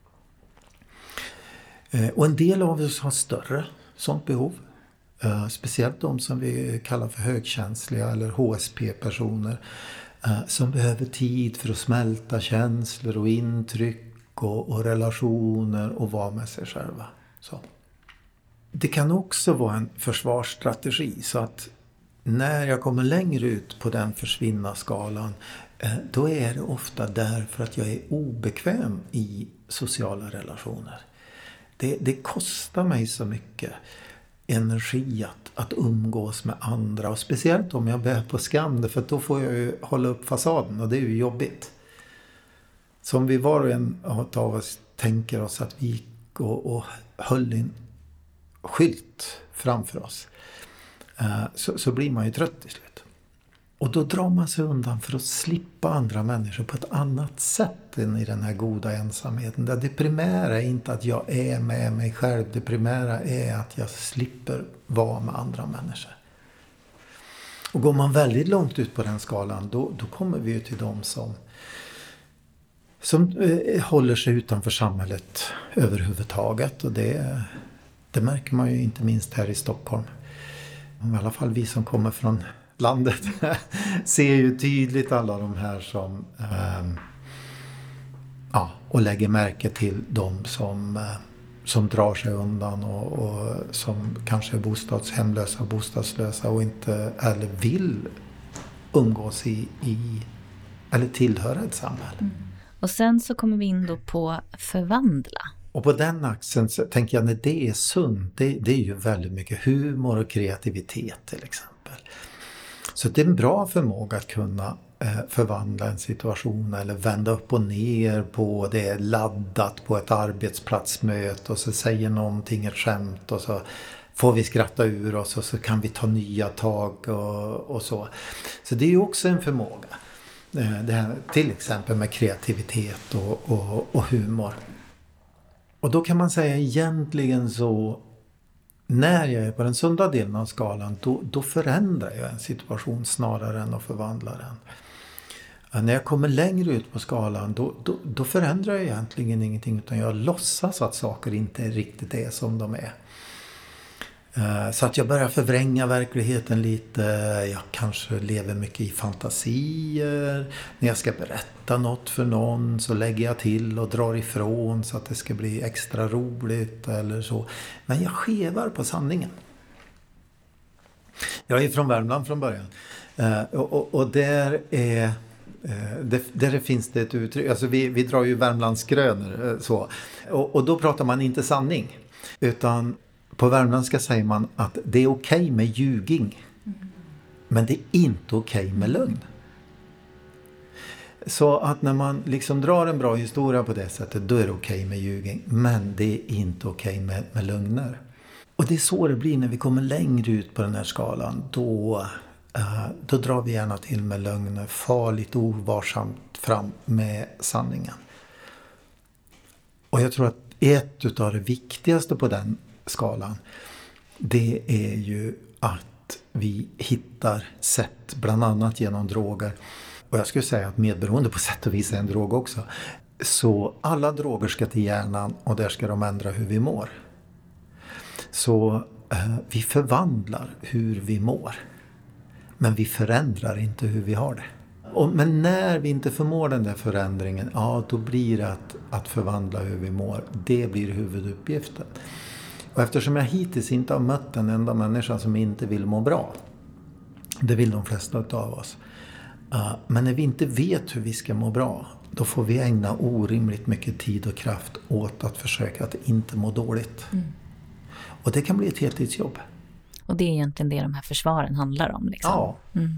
Och en del av oss har större sånt behov. Speciellt de som vi kallar för högkänsliga eller HSP-personer. Som behöver tid för att smälta känslor och intryck och relationer och vara med sig själva. Så. Det kan också vara en försvarsstrategi, så att när jag kommer längre ut på den försvinna-skalan, då är det ofta därför att jag är obekväm i sociala relationer. Det kostar mig så mycket energi att umgås med andra, och speciellt om jag bär på skam, för då får jag ju hålla upp fasaden och det är ju jobbigt. Så om vi var och en av oss tänker oss att vi gick och höll en skylt framför oss, så blir man ju trött till slut. Och då drar man sig undan för att slippa andra människor på ett annat sätt än i den här goda ensamheten. Där det primära är inte att jag är med mig själv. Det primära är att jag slipper vara med andra människor. Och går man väldigt långt ut på den skalan, då kommer vi ju till de som håller sig utanför samhället överhuvudtaget. Och det märker man ju inte minst här i Stockholm. I alla fall vi som kommer från landet ser ju tydligt alla de här och lägger märke till de som drar sig undan och som kanske är hemlösa och bostadslösa och inte eller vill umgås i eller tillhöra ett samhälle. Och sen så kommer vi in då på förvandla. Och på den axeln så tänker jag, när det är sunt, det är ju väldigt mycket humor och kreativitet till exempel. Så det är en bra förmåga att kunna förvandla en situation eller vända upp och ner på det, är laddat på ett arbetsplatsmöte och så säger någonting ett skämt och så får vi skratta ur oss och så kan vi ta nya tag och så. Så det är ju också en förmåga. Det här, till exempel med kreativitet och humor. Och då kan man säga egentligen så, när jag är på den sunda delen av skalan, då förändrar jag en situation snarare än att förvandla den. När jag kommer längre ut på skalan, då förändrar jag egentligen ingenting, utan jag låtsas att saker inte riktigt är som de är. Så att jag börjar förvränga verkligheten lite. Jag kanske lever mycket i fantasier. När jag ska berätta något för någon så lägger jag till och drar ifrån så att det ska bli extra roligt eller så. Men jag skevar på sanningen. Jag är från Värmland från början. Och där finns det ett uttryck. Alltså vi drar ju Värmlandsgröner så. Och då pratar man inte sanning. Utan på värmländska säger man att det är okej med ljuging. Men det är inte okej med lögn. Så att när man liksom drar en bra historia på det sättet, då är det okej med ljuging. Men det är inte okej med lögner. Och det är så det blir när vi kommer längre ut på den här skalan. Då drar vi gärna till med lögner, farligt ovarsamt fram med sanningen. Och jag tror att ett av det viktigaste på den skalan, det är ju att vi hittar sätt, bland annat genom droger. Och jag skulle säga att medberoende på sätt och vis är en drog också. Så alla droger ska till hjärnan och där ska de ändra hur vi mår. Så vi förvandlar hur vi mår. Men vi förändrar inte hur vi har det. Men när vi inte förmår den där förändringen, då blir det att förvandla hur vi mår. Det blir huvuduppgiften. Och eftersom jag hittills inte har mött en enda människa som inte vill må bra. Det vill de flesta av oss. Men när vi inte vet hur vi ska må bra, då får vi ägna orimligt mycket tid och kraft åt att försöka att inte må dåligt. Och det kan bli ett heltidsjobb. Och det är egentligen det de här försvaren handlar om. Liksom. Ja.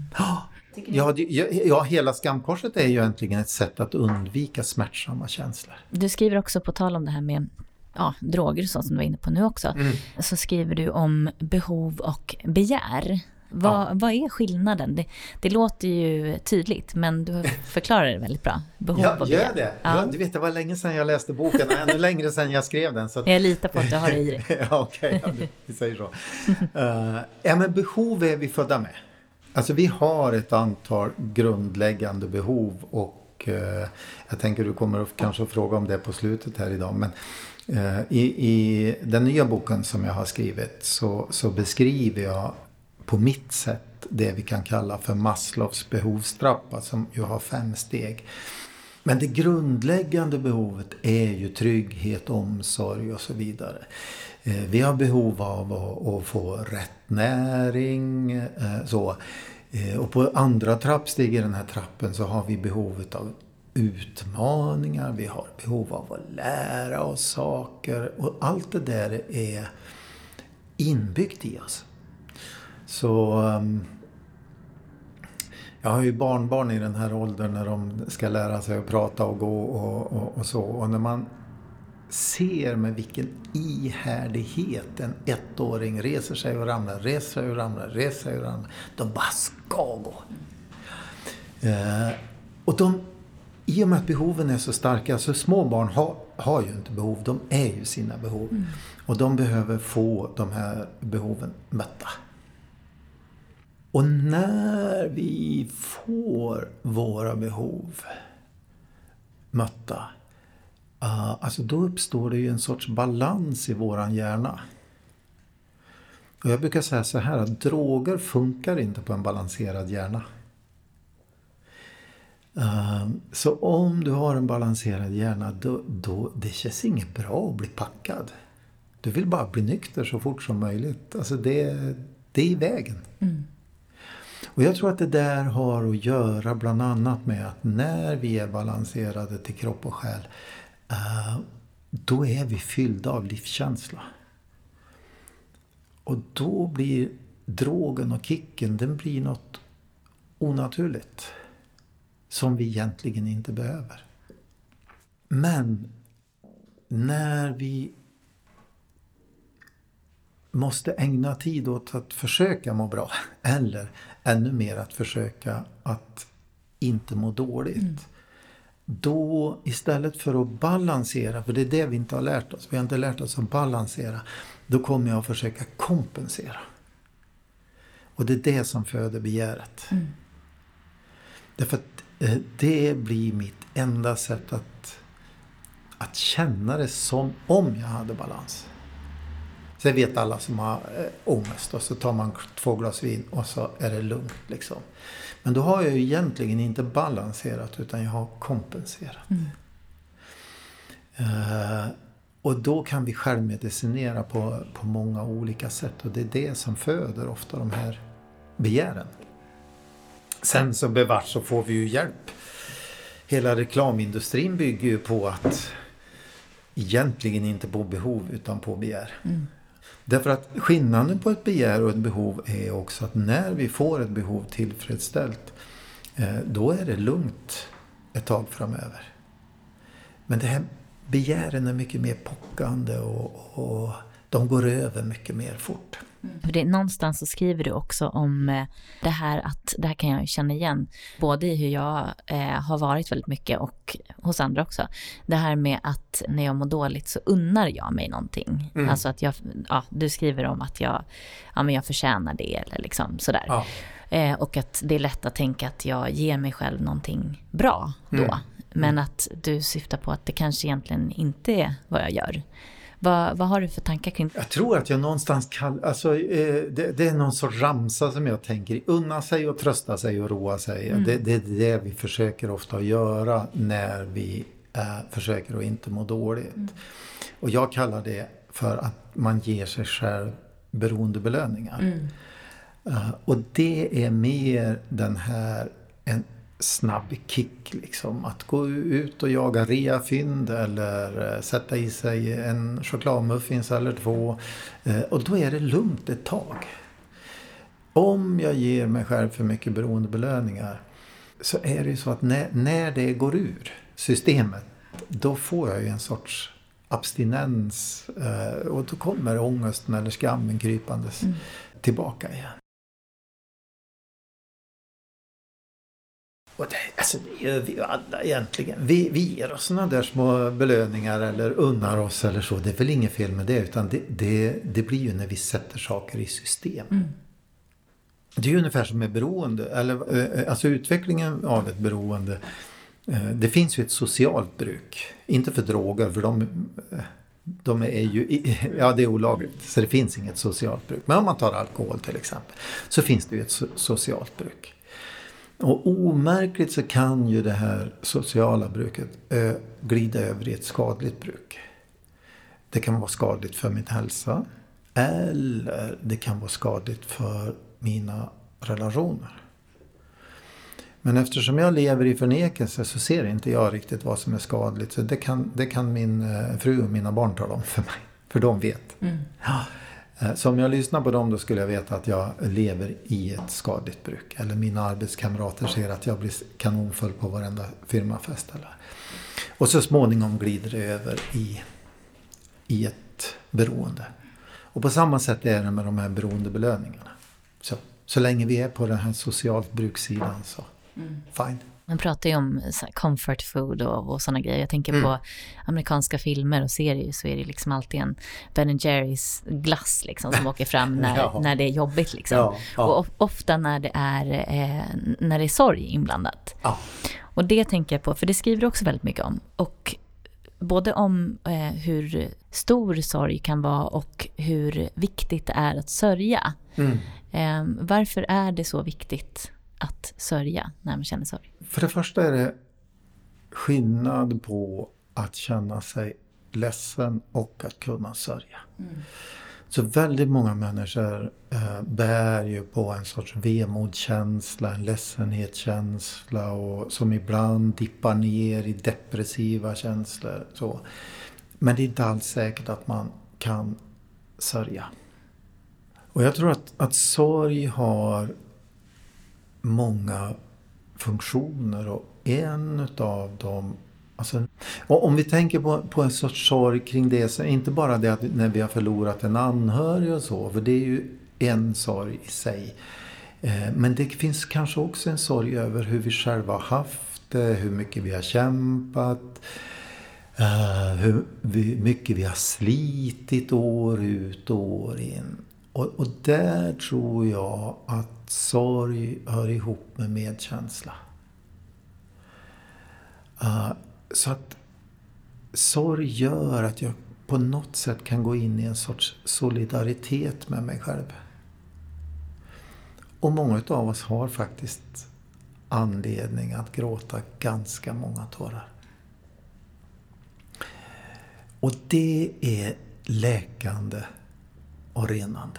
Ja, hela skamkorset är ju egentligen ett sätt att undvika smärtsamma känslor. Du skriver också, på tal om det här med droger, så som du var inne på nu också, så skriver du om behov och begär. Vad är skillnaden? Det låter ju tydligt, men du förklarar det väldigt bra. Behov och begär. Gör det. Ja. Du vet, det var länge sedan jag läste boken, ännu längre sedan jag skrev den. Så att... Jag litar på att du har det i dig. Okej, vi säger så. Men behov är vi födda med. Alltså vi har ett antal grundläggande behov och jag tänker du kommer att kanske fråga om det på slutet här idag. Men i den nya boken som jag har skrivit så beskriver jag på mitt sätt det vi kan kalla för Maslows behovstrappa, som ju har 5 steg. Men det grundläggande behovet är ju trygghet, omsorg och så vidare. Vi har behov av att få rätt näring. Och på andra trappsteg i den här trappen så har vi behovet av utmaningar. Vi har behov av att lära oss saker. Och allt det där är inbyggt i oss. Så jag har ju barnbarn i den här åldern när de ska lära sig att prata och gå och så. Och när man ser med vilken ihärdighet en 1-åring reser sig och ramlar. De bara ska gå. Och i och med att behoven är så starka, så små barn har ju inte behov, de är ju sina behov. Och de behöver få de här behoven mötta. Och när vi får våra behov mötta, alltså då uppstår det ju en sorts balans i våran hjärna. Och jag brukar säga så här, att droger funkar inte på en balanserad hjärna. Så om du har en balanserad hjärna, då det känns inget bra att bli packad. Du vill bara bli nykter så fort som möjligt. Alltså det är i vägen. Och jag tror att det där har att göra bland annat med att när vi är balanserade till kropp och själ, då är vi fyllda av livskänsla. Och då blir drogen och kicken, den blir något onaturligt som vi egentligen inte behöver. Men när vi måste ägna tid åt att försöka må bra, eller ännu mer att försöka att inte må dåligt, då istället för att balansera, för det är det vi inte har lärt oss, vi har inte lärt oss att balansera, då kommer jag att försöka kompensera. Och det är det som föder begäret. Därför att det blir mitt enda sätt att känna det som om jag hade balans. Så vet alla som har ångest, och så tar man 2 glas vin och så är det lugnt liksom. Men då har jag ju egentligen inte balanserat, utan jag har kompenserat. Och då kan vi självmedicinera på många olika sätt, och det är det som föder ofta de här begären. Sen så bevars så får vi ju hjälp. Hela reklamindustrin bygger ju på att egentligen inte på behov utan på begär. Därför att skillnaden på ett begär och ett behov är också att när vi får ett behov tillfredsställt, då är det lugnt ett tag framöver. Men det här begären är mycket mer pockande och de går över mycket mer fort. För det, någonstans så skriver du också om det här att, det här kan jag ju känna igen, både i hur jag har varit väldigt mycket och hos andra också. Det här med att när jag mår dåligt så unnar jag mig någonting. Alltså att du skriver om att men jag förtjänar det eller liksom sådär. Ja. Och att det är lätt att tänka att jag ger mig själv någonting bra då. Men att du syftar på att det kanske egentligen inte är vad jag gör. Vad har du för tankar kring? Jag tror att jag någonstans det är någon sorts ramsa som jag tänker unna sig och trösta sig och roa sig. Det är det vi försöker ofta att göra när vi försöker att inte må dåligt. Och jag kallar det för att man ger sig själv beroendebelöningar. Och det är mer den här en snabb kick liksom, att gå ut och jaga reafynd eller sätta i sig en chokladmuffins eller 2 och då är det lugnt ett tag. Om jag ger mig själv för mycket beroendebelöningar så är det ju så att när det går ur systemet då får jag ju en sorts abstinens och då kommer ångesten eller skammen krypandes tillbaka igen. Och det gör vi ju alla egentligen. Vi ger oss sådana där små belöningar eller unnar oss eller så. Det är väl inget fel med det, utan det blir ju när vi sätter saker i system. Det är ju ungefär som med beroende. Eller, alltså utvecklingen av ett beroende. Det finns ju ett socialt bruk. Inte för droger, för de är ju, det är olagligt. Så det finns inget socialt bruk. Men om man tar alkohol till exempel så finns det ju ett socialt bruk. Och omärkligt så kan ju det här sociala bruket glida över i ett skadligt bruk. Det kan vara skadligt för min hälsa eller det kan vara skadligt för mina relationer. Men eftersom jag lever i förnekelse så ser inte jag riktigt vad som är skadligt. Så det kan min fru och mina barn tala om för mig. För de vet. Ja. Så om jag lyssnar på dem då skulle jag veta att jag lever i ett skadligt bruk. Eller mina arbetskamrater ser att jag blir kanonfull på varenda firmafest. Och så småningom glider det över i ett beroende. Och på samma sätt är det med de här beroendebelöningarna. Så länge vi är på den här socialt brukssidan så fine. Man pratar ju om comfort food och sådana grejer. Jag tänker på amerikanska filmer och serier så är det liksom alltid en Ben & Jerrys glass liksom, som åker fram när det är jobbigt. Liksom. Och ofta när det är sorg inblandat. Och det tänker jag på, för det skriver du också väldigt mycket om. Och både om hur stor sorg kan vara och hur viktigt det är att sörja. Varför är det så viktigt att sörja när man känner sorg? För det första är det skillnad på att känna sig ledsen och att kunna sörja. Så väldigt många människor bär ju på en sorts vemodkänsla, en ledsenhetskänsla och som ibland dippar ner i depressiva känslor. Så. Men det är inte alls säkert att man kan sörja. Och jag tror att sorg har många funktioner och en av dem, alltså, och om vi tänker på en sorts sorg kring det, så är inte bara det att när vi har förlorat en anhörig och så, för det är ju en sorg i sig, men det finns kanske också en sorg över hur vi själva har haft det, hur mycket vi har kämpat, hur mycket vi har slitit år ut och år in. Och där tror jag att sorg hör ihop med medkänsla. Så att sorg gör att jag på något sätt kan gå in i en sorts solidaritet med mig själv. Och många av oss har faktiskt anledning att gråta ganska många tårar. Och det är läkande och renande.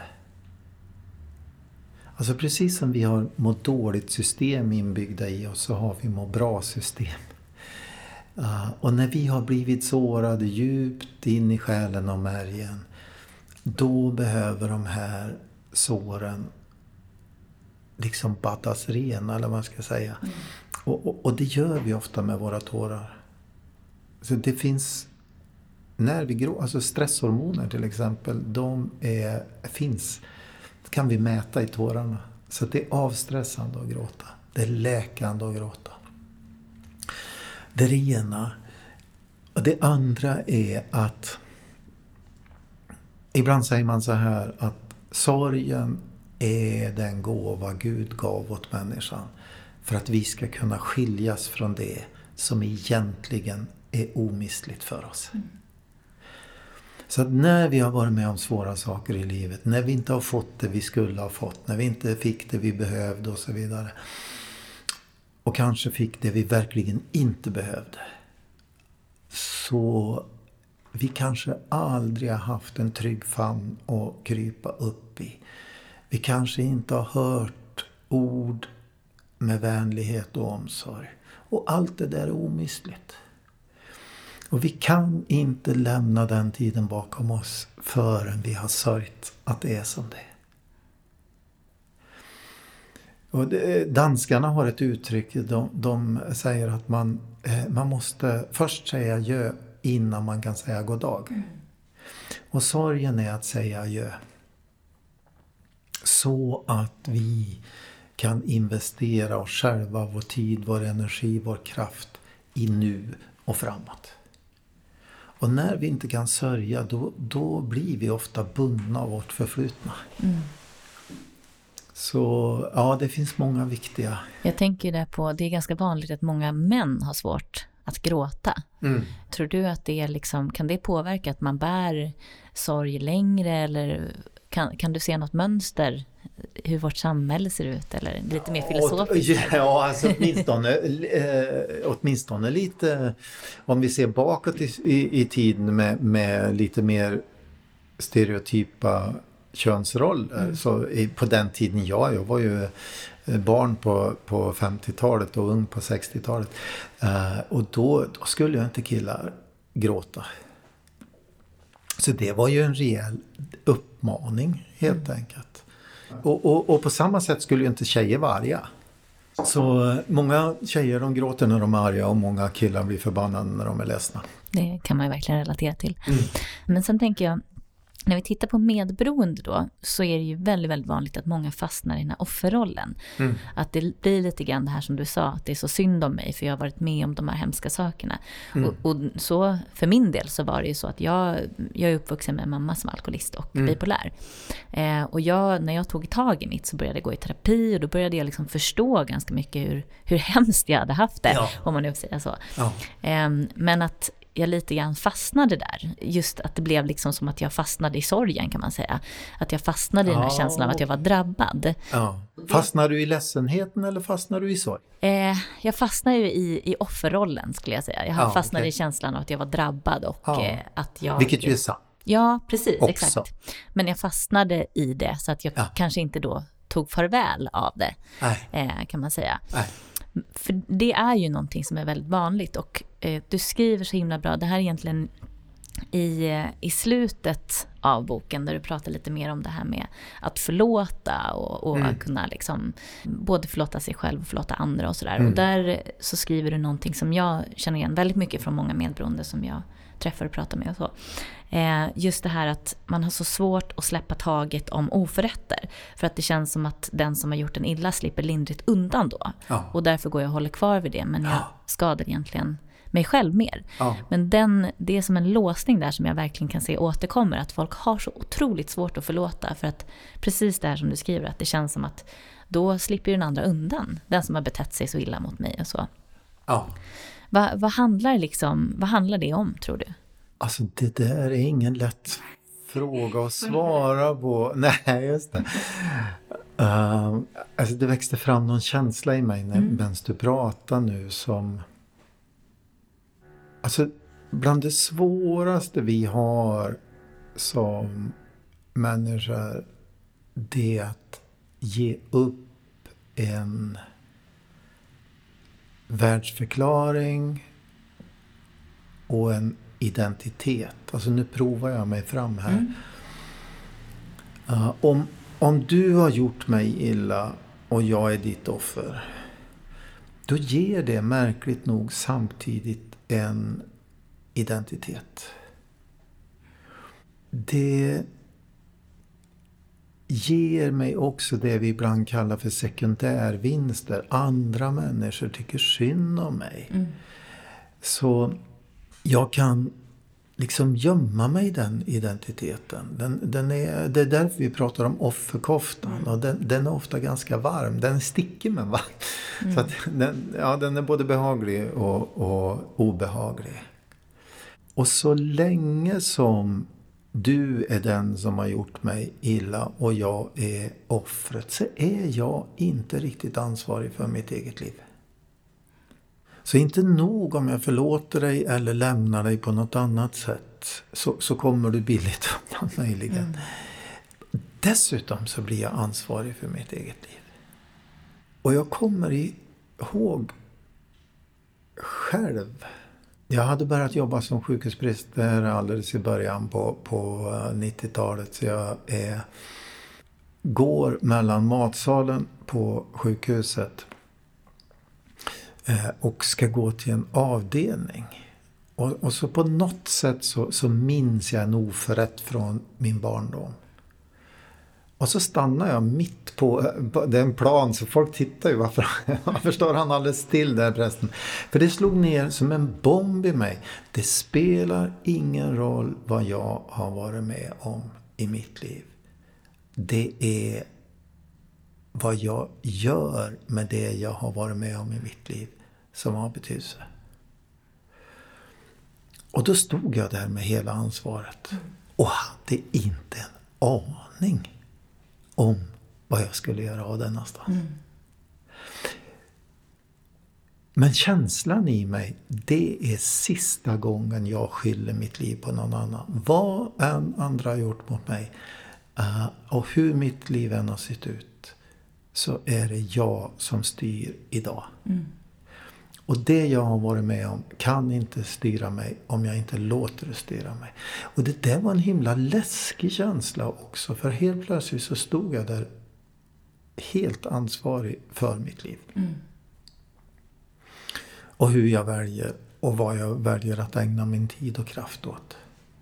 Alltså precis som vi har må dåligt system inbyggda i oss så har vi må bra system. Och när vi har blivit sårade djupt in i själen och märgen, då behöver de här såren liksom baddas rena, eller vad man ska säga. Och det gör vi ofta med våra tårar. Så det finns, när vi gråter, alltså stresshormoner till exempel, de finns kan vi mäta i tårarna. Så det är avstressande att gråta. Det är läkande att gråta. Det är det ena. Och det andra är att ibland säger man så här att sorgen är den gåva Gud gav åt människan för att vi ska kunna skiljas från det som egentligen är omistligt för oss. Så att när vi har varit med om svåra saker i livet, när vi inte har fått det vi skulle ha fått, när vi inte fick det vi behövde och så vidare, och kanske fick det vi verkligen inte behövde, så vi kanske aldrig har haft en trygg famn att krypa upp i. Vi kanske inte har hört ord med vänlighet och omsorg. Och allt det där är omistligt. Och vi kan inte lämna den tiden bakom oss förrän vi har sörjt att det är som det är. Och danskarna har ett uttryck, de säger att man måste först säga adjö innan man kan säga god dag. Och sorgen är att säga adjö. Så att vi kan investera oss själva, vår tid, vår energi, vår kraft i nu och framåt. Och när vi inte kan sörja, då blir vi ofta bundna av vårt förflutna. Så ja, det finns många viktiga. Jag tänker där på, det är ganska vanligt att många män har svårt att gråta. Tror du att det är liksom, kan det påverka att man bär sorg längre, eller kan du se något mönster hur vårt samhälle ser ut, eller lite mer filosofiskt? Ja, alltså åtminstone lite, om vi ser bakåt i tiden med lite mer stereotypa könsroller. Så på den tiden jag var ju barn på 50-talet och ung på 60-talet. Och då skulle jag inte killar gråta. Så det var ju en rejäl uppmaning helt enkelt. Och på samma sätt skulle ju inte tjejer vara arga. Så många tjejer de gråter när de är arga och många killar blir förbannade när de är ledsna. Det kan man ju verkligen relatera till. Men sen tänker jag, när vi tittar på medberoende då, så är det ju väldigt, väldigt vanligt att många fastnar i den här offerrollen. Att det blir lite grann det här som du sa, att det är så synd om mig för jag har varit med om de här hemska sakerna. Och så för min del så var det ju så att jag är uppvuxen med mamma som alkoholist och bipolär. Och när jag tog tag i mitt så började jag gå i terapi, och då började jag liksom förstå ganska mycket hur hemskt jag hade haft det, om man nu vill säga så. Men att jag lite grann fastnade där. Just att det blev liksom som att jag fastnade i sorgen, kan man säga. Att jag fastnade i den här känslan av att jag var drabbad. Fastnade du i ledsenheten eller fastnade du i sorg? Jag fastnade ju i offerrollen, skulle jag säga. Jag fastnade i känslan av att jag var drabbad och att jag... Vilket ju är sant. Ja, precis. Också. Exakt. Men jag fastnade i det så att jag kanske inte då tog farväl av det, kan man säga. För det är ju någonting som är väldigt vanligt, och du skriver så himla bra. Det här är egentligen i slutet av boken där du pratar lite mer om det här med att förlåta och kunna liksom både förlåta sig själv och förlåta andra och sådär. Och där så skriver du någonting som jag känner igen väldigt mycket från många medberoende som jag träffar och pratar med och så. Just det här att man har så svårt att släppa taget om oförrätter, för att det känns som att den som har gjort en illa slipper lindrigt undan då. Och därför går jag och håller kvar vid det, men jag skadar egentligen mig själv mer. Men det är som en låsning där som jag verkligen kan se återkommer, att folk har så otroligt svårt att förlåta, för att precis det här som du skriver, att det känns som att då slipper den andra undan, den som har betett sig så illa mot mig och så. Vad handlar det om, tror du? Alltså det där är ingen lätt fråga att svara på. Nej, just det. Alltså det växte fram någon känsla i mig medan du pratar nu som... Alltså bland det svåraste vi har som människor, det är att ge upp en världsförklaring och en identitet. Alltså nu provar jag mig fram här. Om du har gjort mig illa och jag är ditt offer, då ger det märkligt nog samtidigt en identitet. ger mig också det vi ibland kallar för sekundärvinster. Andra människor tycker synd om mig. Så jag kan liksom gömma mig i den identiteten. Det är därför vi pratar om offerkoftan. Och den är ofta ganska varm. Den sticker med va? Så att den är både behaglig och obehaglig. Och så länge som du är den som har gjort mig illa och jag är offret, så är jag inte riktigt ansvarig för mitt eget liv. Så inte nog om jag förlåter dig eller lämnar dig på något annat sätt, så kommer du billigt undan möjligen. Dessutom så blir jag ansvarig för mitt eget liv. Och jag kommer ihåg själv. Jag hade börjat jobba som sjukhuspräst där alldeles i början på 90-talet. Så jag går mellan matsalen på sjukhuset och ska gå till en avdelning. Och så på något sätt så minns jag en oförrätt från min barndom. Och så stannar jag mitt på den plan, så folk tittar ju varför står han alldeles still där prästen. För det slog ner som en bomb i mig. Det spelar ingen roll vad jag har varit med om i mitt liv. Det är vad jag gör med det jag har varit med om i mitt liv som har betydelse. Och då stod jag där med hela ansvaret och hade inte en aning om vad jag skulle göra av den någonstans. Men känslan i mig, det är sista gången jag skyller mitt liv på någon annan. Vad än andra har gjort mot mig och hur mitt liv än har sett ut, så är det jag som styr idag. Och det jag har varit med om kan inte styra mig om jag inte låter det styra mig. Och det där var en himla läskig känsla också. För helt plötsligt så stod jag där helt ansvarig för mitt liv. Och hur jag väljer och vad jag väljer att ägna min tid och kraft åt.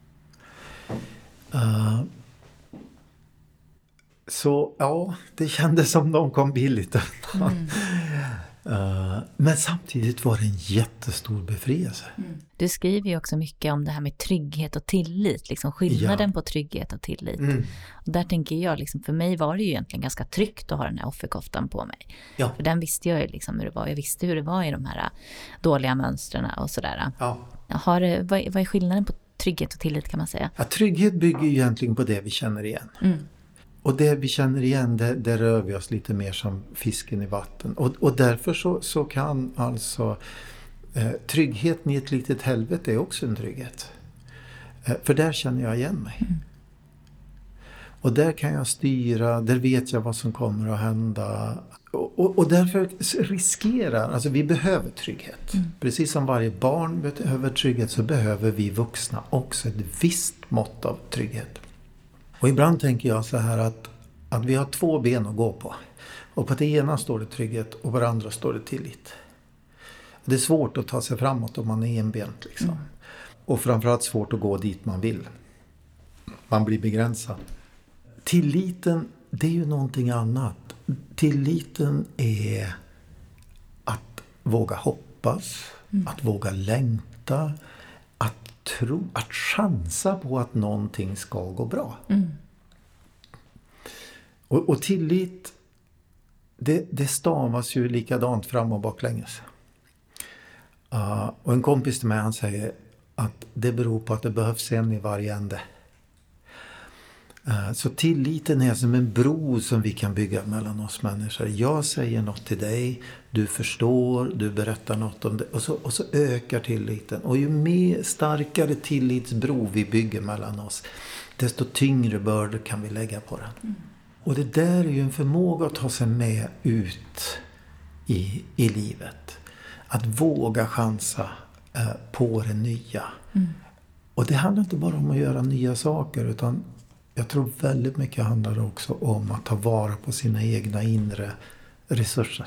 Så ja, det kändes som de kom billigt undan. Men samtidigt var det en jättestor befrielse. Du skriver ju också mycket om det här med trygghet och tillit, liksom skillnaden på trygghet och tillit. Och där tänker jag, liksom, för mig var det ju egentligen ganska tryggt att ha den här offerkoftan på mig. Ja. För den visste jag ju liksom hur det var. Jag visste hur det var i de här dåliga mönstren och sådär. Ja. Vad är skillnaden på trygghet och tillit, kan man säga? Ja, trygghet bygger ju egentligen på det vi känner igen. Och det vi känner igen, det rör vi oss lite mer som fisken i vatten. Och därför så kan alltså tryggheten i ett litet helvete är också en trygghet. För där känner jag igen mig. Och där kan jag styra, där vet jag vad som kommer att hända. Och därför riskerar, alltså vi behöver trygghet. Precis som varje barn behöver trygghet, så behöver vi vuxna också ett visst mått av trygghet. Och ibland tänker jag så här att vi har två ben att gå på. Och på det ena står det trygghet och på det andra står det tillit. Det är svårt att ta sig framåt om man är enbent liksom. Och framförallt svårt att gå dit man vill. Man blir begränsad. Tilliten, det är ju någonting annat. Tilliten är att våga hoppas, att våga längta, att tro, att chansa på att någonting ska gå bra. Och tillit, det stavas ju likadant fram och baklänges. Och en kompis till mig, han säger att det beror på att det behövs en i varje ände. Så tilliten är som en bro som vi kan bygga mellan oss människor. Jag säger något till dig, du förstår, du berättar något om det. Och så ökar tilliten. Och ju mer starkare tillitsbro vi bygger mellan oss, desto tyngre bördor kan vi lägga på den. Och det där är ju en förmåga att ta sig med ut i livet. Att våga chansa på det nya. Och det handlar inte bara om att göra nya saker, utan jag tror väldigt mycket handlar också om att ta vara på sina egna inre resurser.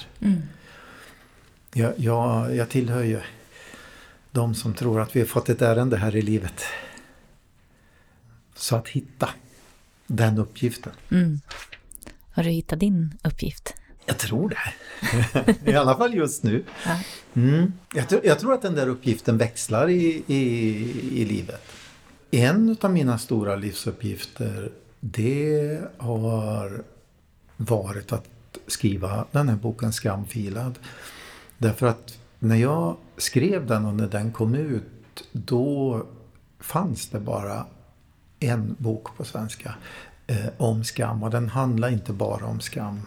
Jag tillhör ju de som tror att vi har fått ett ärende här i livet. Så att hitta den uppgiften. Har du hittat din uppgift? Jag tror det. I alla fall just nu. Ja. Jag tror att den där uppgiften växlar i livet. En av mina stora livsuppgifter, det har varit att skriva den här boken Skamfilad. Därför att när jag skrev den och när den kom ut, då fanns det bara en bok på svenska om skam. Och den handlar inte bara om skam.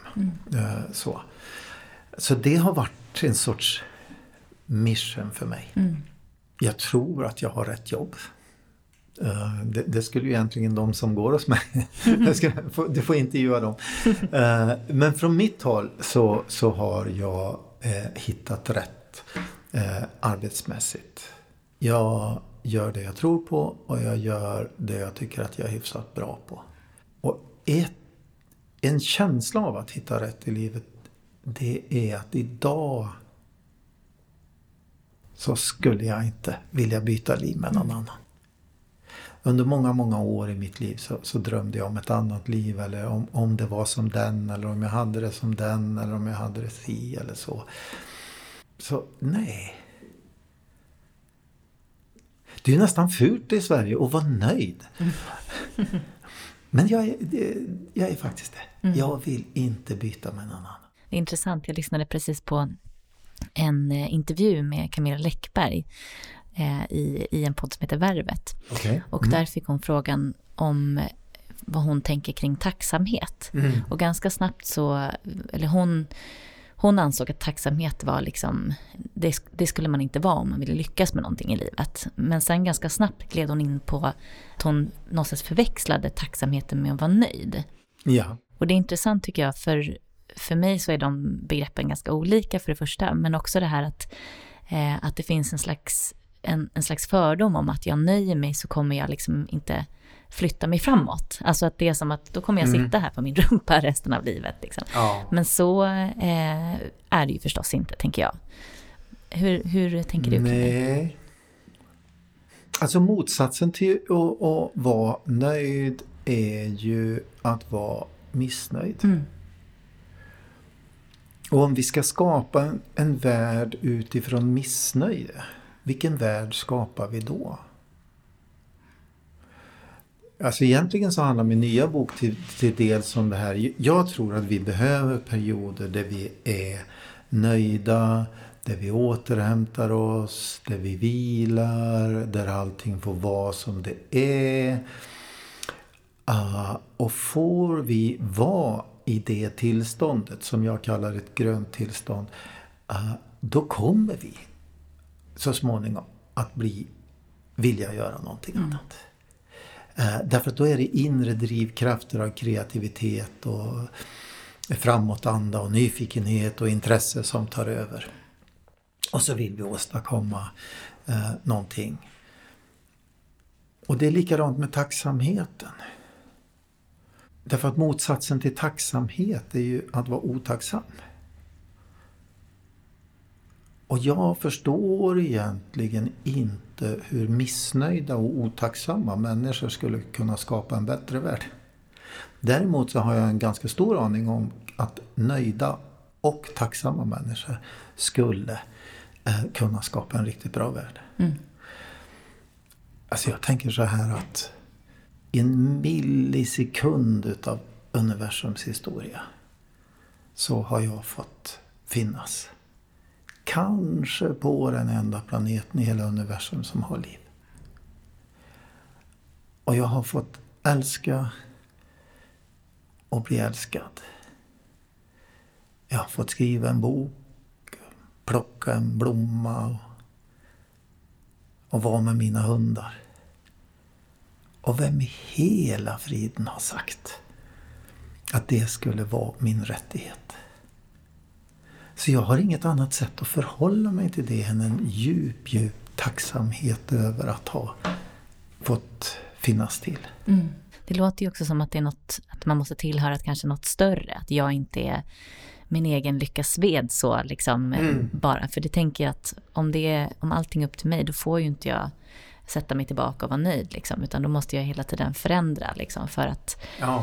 Så det har varit en sorts mission för mig. Jag tror att jag har rätt jobb. Det skulle ju egentligen de som går hos mig. Du får intervjua dem. Men från mitt håll så har jag hittat rätt arbetsmässigt. Jag gör det jag tror på och jag gör det jag tycker att jag är hyfsat bra på. Och en känsla av att hitta rätt i livet, det är att idag så skulle jag inte vilja byta liv med någon annan. Under många, många år i mitt liv så drömde jag om ett annat liv. Eller om det var som den. Eller om jag hade det som den. Eller om jag hade det si eller så. Så nej. Det är ju nästan fult i Sverige att vara nöjd. Men jag är faktiskt det. Jag vill inte byta med någon annan. Det är intressant. Jag lyssnade precis på en intervju med Camilla Läckberg i en podd som heter Värvet. Okay. Och där fick hon frågan om vad hon tänker kring tacksamhet. Och ganska snabbt så, eller hon ansåg att tacksamhet var liksom, det skulle man inte vara om man ville lyckas med någonting i livet. Men sen ganska snabbt gled hon in på att hon någonstans förväxlade tacksamheten med att vara nöjd. Ja. Och det är intressant tycker jag, för mig så är de begreppen ganska olika för det första. Men också det här att det finns en slags fördom om att jag nöjer mig så kommer jag liksom inte flytta mig framåt. Alltså att det är som att då kommer jag sitta här på min rumpa resten av livet. Liksom. Ja. Men så är det ju förstås inte, tänker jag. Hur tänker du kring det? Nej. Alltså motsatsen till att vara nöjd är ju att vara missnöjd. Och om vi ska skapa en värld utifrån missnöje, vilken värld skapar vi då? Alltså egentligen så handlar min nya bok till dels om det här. Jag tror att vi behöver perioder där vi är nöjda, där vi återhämtar oss, där vi vilar, där allting får vara som det är. Och får vi vara i det tillståndet som jag kallar ett grönt tillstånd, då kommer vi så småningom att vilja göra någonting annat. Därför att då är det inre drivkrafter av kreativitet och framåtanda och nyfikenhet och intresse som tar över. Och så vill vi åstadkomma någonting. Och det är likadant med tacksamheten. Därför att motsatsen till tacksamhet är ju att vara otacksam. Och jag förstår egentligen inte hur missnöjda och otacksamma människor skulle kunna skapa en bättre värld. Däremot så har jag en ganska stor aning om att nöjda och tacksamma människor skulle kunna skapa en riktigt bra värld. Alltså jag tänker så här att i en millisekund utav universums historia så har jag fått finnas. Kanske på den enda planeten i hela universum som har liv. Och jag har fått älska och bli älskad. Jag har fått skriva en bok, plocka en blomma och vara med mina hundar. Och vem i hela friden har sagt att det skulle vara min rättighet? Så jag har inget annat sätt att förhålla mig till det än en djup tacksamhet över att ha fått finnas till. Det låter ju också som att det är något, att man måste tillhöra kanske något större. Att jag inte är min egen lyckas ved så liksom bara. För det tänker jag att om allting är upp till mig, då får ju inte jag sätta mig tillbaka och vara nöjd liksom, utan då måste jag hela tiden förändra liksom, för att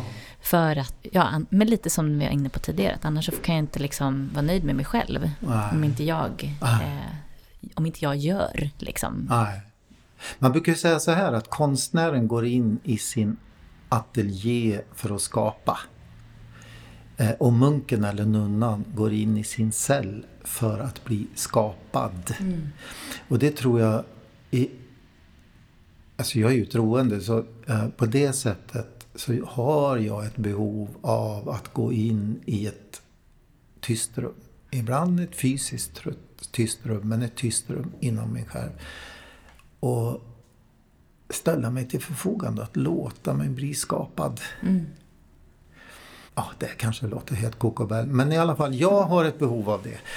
men lite som vi var inne på tidigare, att annars så kan jag inte liksom vara nöjd med mig själv om inte jag gör liksom. Nej. Man brukar säga så här att konstnären går in i sin ateljé för att skapa. Och munken eller nunnan går in i sin cell för att bli skapad. Och det tror jag alltså jag är ju troende, så på det sättet så har jag ett behov av att gå in i ett tyst rum. Ibland ett fysiskt tyst rum, men ett tyst rum inom mig själv. Och ställa mig till förfogande, att låta mig bli skapad. Ja, det kanske låter helt kokobell, men i alla fall, jag har ett behov av det.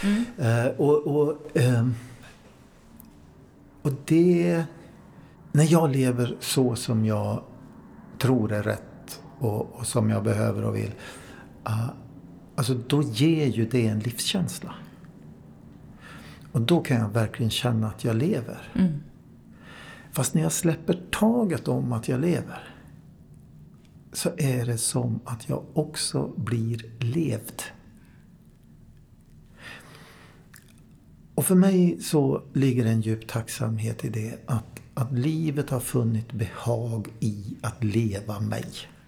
Och det, när jag lever så som jag tror är rätt och som jag behöver och vill, alltså då ger ju det en livskänsla. Och då kan jag verkligen känna att jag lever. Fast när jag släpper taget om att jag lever, så är det som att jag också blir levd. Och för mig så ligger en djup tacksamhet i det, att livet har funnit behag i att leva mig.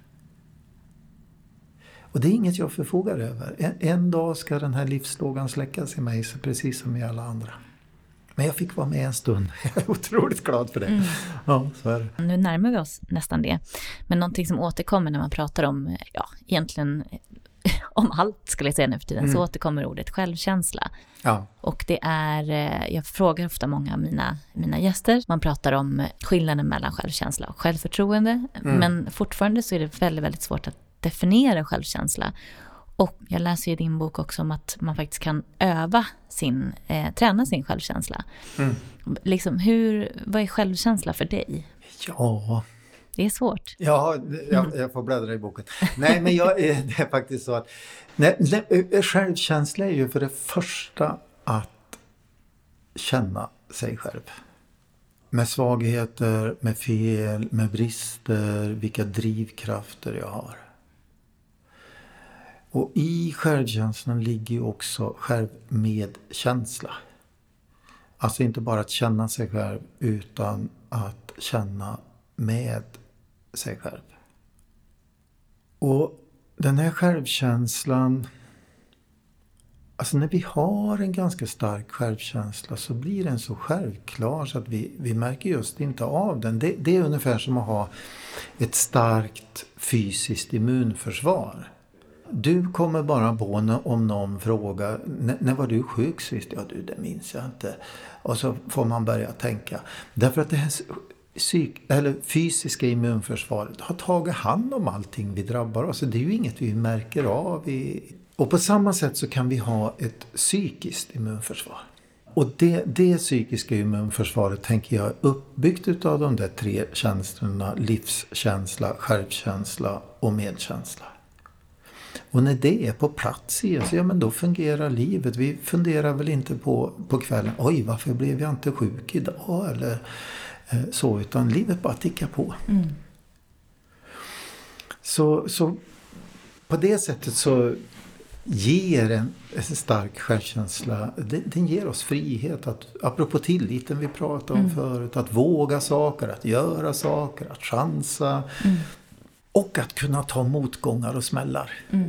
Och det är inget jag förfogar över. En dag ska den här livslågan släckas i mig, så precis som i alla andra. Men jag fick vara med en stund. Jag är otroligt glad för det. Ja, så är det. Nu närmar vi oss nästan det. Men någonting som återkommer när man pratar om, egentligen om allt skulle jag säga nu för tiden, så återkommer ordet självkänsla. Ja. Och det är, jag frågar ofta många av mina gäster, man pratar om skillnaden mellan självkänsla och självförtroende. Men fortfarande så är det väldigt, väldigt svårt att definiera självkänsla. Och jag läser i din bok också om att man faktiskt kan träna sin självkänsla. Liksom, vad är självkänsla för dig? Ja. Det är svårt. Ja, jag får bläddra i boken. Nej, men det är faktiskt så att självkänsla är ju för det första att känna sig själv. Med svagheter, med fel, med brister, vilka drivkrafter jag har. Och i självkänslan ligger ju också självmedkänsla. Alltså inte bara att känna sig själv, utan att känna med sig själv. Och den här självkänslan, alltså när vi har en ganska stark självkänsla så blir den så självklar så att vi märker just inte av den. Det är ungefär som att ha ett starkt fysiskt immunförsvar. Du kommer bara på om någon frågar, när var du sjuk sist? Ja du, det minns jag inte. Och så får man börja tänka. Därför att det här fysiska immunförsvaret har tagit hand om allting vi drabbar oss. Det är ju inget vi märker av. Och på samma sätt så kan vi ha ett psykiskt immunförsvar. Och det psykiska immunförsvaret tänker jag är uppbyggt av de där 3 känslorna: livskänsla, självkänsla och medkänsla. Och när det är på plats i oss, men då fungerar livet. Vi funderar väl inte på kvällen, oj varför blev jag inte sjuk idag eller så, utan livet bara tickar på. Så på det sättet så ger en stark självkänsla, den ger oss frihet att, apropå tilliten vi pratade om förut, att våga saker, att göra saker, att chansa. Och att kunna ta motgångar och smällar.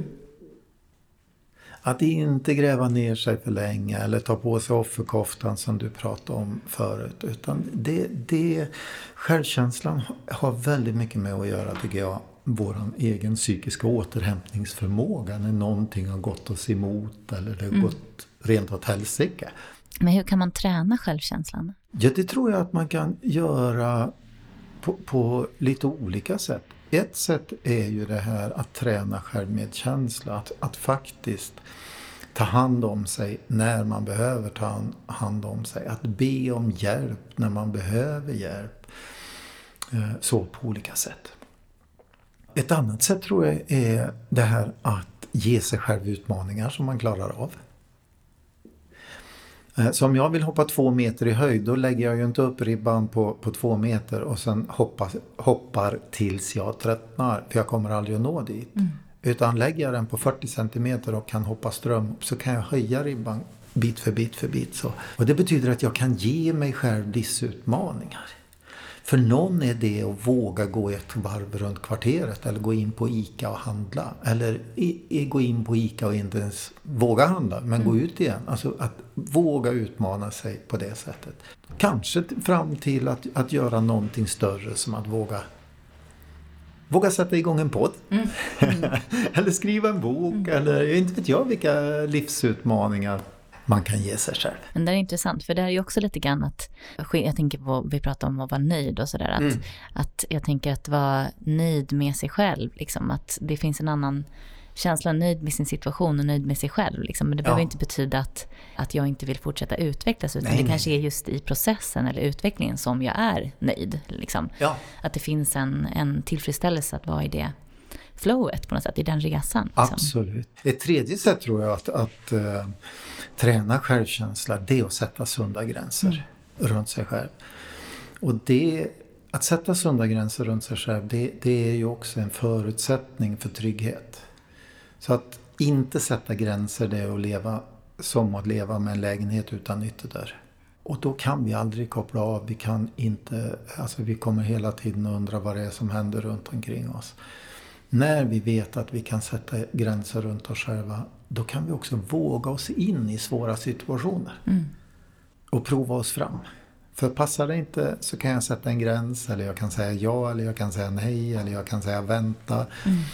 Att inte gräva ner sig för länge eller ta på sig offerkoftan som du pratade om förut. Utan självkänslan har väldigt mycket med att göra, tycker jag, vår egen psykiska återhämtningsförmåga när någonting har gått oss emot eller det har gått rent åt helsike. Men hur kan man träna självkänslan? Ja, det tror jag att man kan göra på lite olika sätt. Ett sätt är ju det här att träna självmedkänsla. Att faktiskt ta hand om sig när man behöver ta hand om sig. Att be om hjälp när man behöver hjälp. Så på olika sätt. Ett annat sätt tror jag är det här att ge sig själv utmaningar som man klarar av. Så om jag vill hoppa 2 meter i höjd, då lägger jag ju inte upp ribban på 2 meter och sen hoppar tills jag tröttnar, för jag kommer aldrig att nå dit. Utan lägger jag den på 40 centimeter och kan hoppa ström, så kan jag höja ribban bit för bit. Så. Och det betyder att jag kan ge mig själv livsutmaningar. För någon är det att våga gå ett varv runt kvarteret eller gå in på ICA och handla. Eller gå in på ICA och inte ens våga handla, men gå ut igen. Alltså att våga utmana sig på det sättet. Kanske fram till att göra någonting större, som att våga sätta igång en podd. Eller skriva en bok. Eller inte vet jag vilka livsutmaningar man kan ge sig själv. Men det är intressant, för det är ju också lite grann att jag tänker på, vi pratar om att vara nöjd och sådär, att jag tänker att vara nöjd med sig själv, liksom, att det finns en annan känsla, nöjd med sin situation och nöjd med sig själv, liksom. Men det behöver inte betyda att jag inte vill fortsätta utvecklas, utan det kanske är just i processen eller utvecklingen som jag är nöjd, liksom. Att det finns en tillfredsställelse att vara i det flowet på något sätt, i den resan, liksom. Absolut. Ett tredje sätt tror jag att träna självkänsla, det är att sätta sunda gränser runt sig själv. Och att sätta sunda gränser runt sig själv, det är ju också en förutsättning för trygghet. Så att inte sätta gränser, det är att leva med en lägenhet utan ytterdörr. Och då kan vi aldrig koppla av, vi kommer hela tiden att undra vad det är som händer runt omkring oss. När vi vet att vi kan sätta gränser runt oss själva, då kan vi också våga oss in i svåra situationer. Och prova oss fram. För passar det inte, så kan jag sätta en gräns, eller jag kan säga ja, eller jag kan säga nej, eller jag kan säga vänta.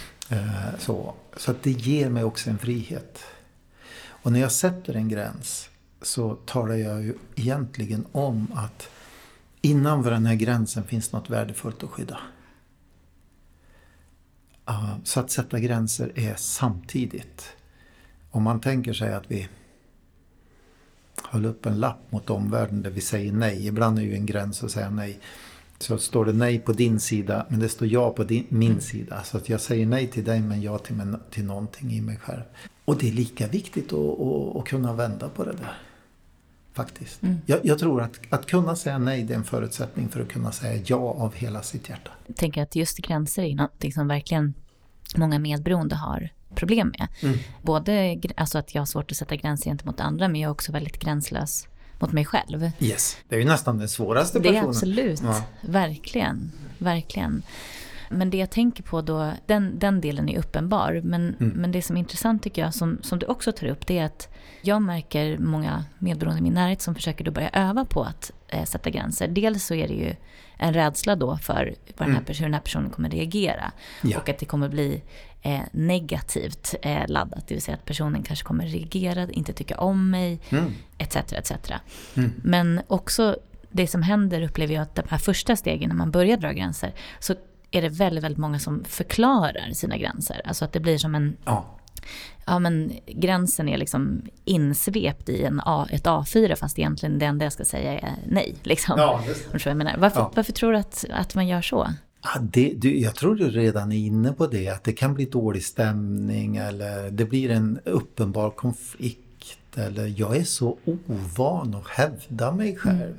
Så att det ger mig också en frihet. Och när jag sätter en gräns, så talar jag ju egentligen om att innanför den här gränsen finns något värdefullt att skydda. Så att sätta gränser är samtidigt. Om man tänker sig att vi håller upp en lapp mot omvärlden där vi säger nej. Ibland är ju en gräns att säga nej. Så står det nej på din sida, men det står ja på min sida. Så att jag säger nej till dig, men ja till någonting i mig själv. Och det är lika viktigt att kunna vända på det där. Faktiskt. Jag tror att kunna säga nej, det är en förutsättning för att kunna säga ja av hela sitt hjärta. Jag tänker att just gränser är något som verkligen många medberoende har problem med. Både alltså att jag har svårt att sätta gränser gentemot andra, men jag är också väldigt gränslös mot mig själv. Yes, det är ju nästan den svåraste personen. Det är absolut, verkligen. Men det jag tänker på då, den delen är uppenbar. Men det som är intressant tycker jag, som du också tar upp, det är att jag märker många medberoende i min närhet som försöker då börja öva på att sätta gränser. Dels så är det ju en rädsla då för hur den här personen kommer reagera. Och att det kommer bli negativt laddat. Det vill säga att personen kanske kommer reagera, inte tycka om mig, etc. Men också det som händer, upplever jag, att de här första stegen när man börjar dra gränser, så är det väldigt, väldigt många som förklarar sina gränser. Alltså att det blir som en... Ja, men gränsen är liksom insvept i ett A4, fast egentligen det enda jag ska säga är nej. Liksom. Jag menar. Varför tror du att man gör så? Jag tror du redan är inne på det. Att det kan bli dålig stämning, eller det blir en uppenbar konflikt. Eller jag är så ovan att hävda mig själv.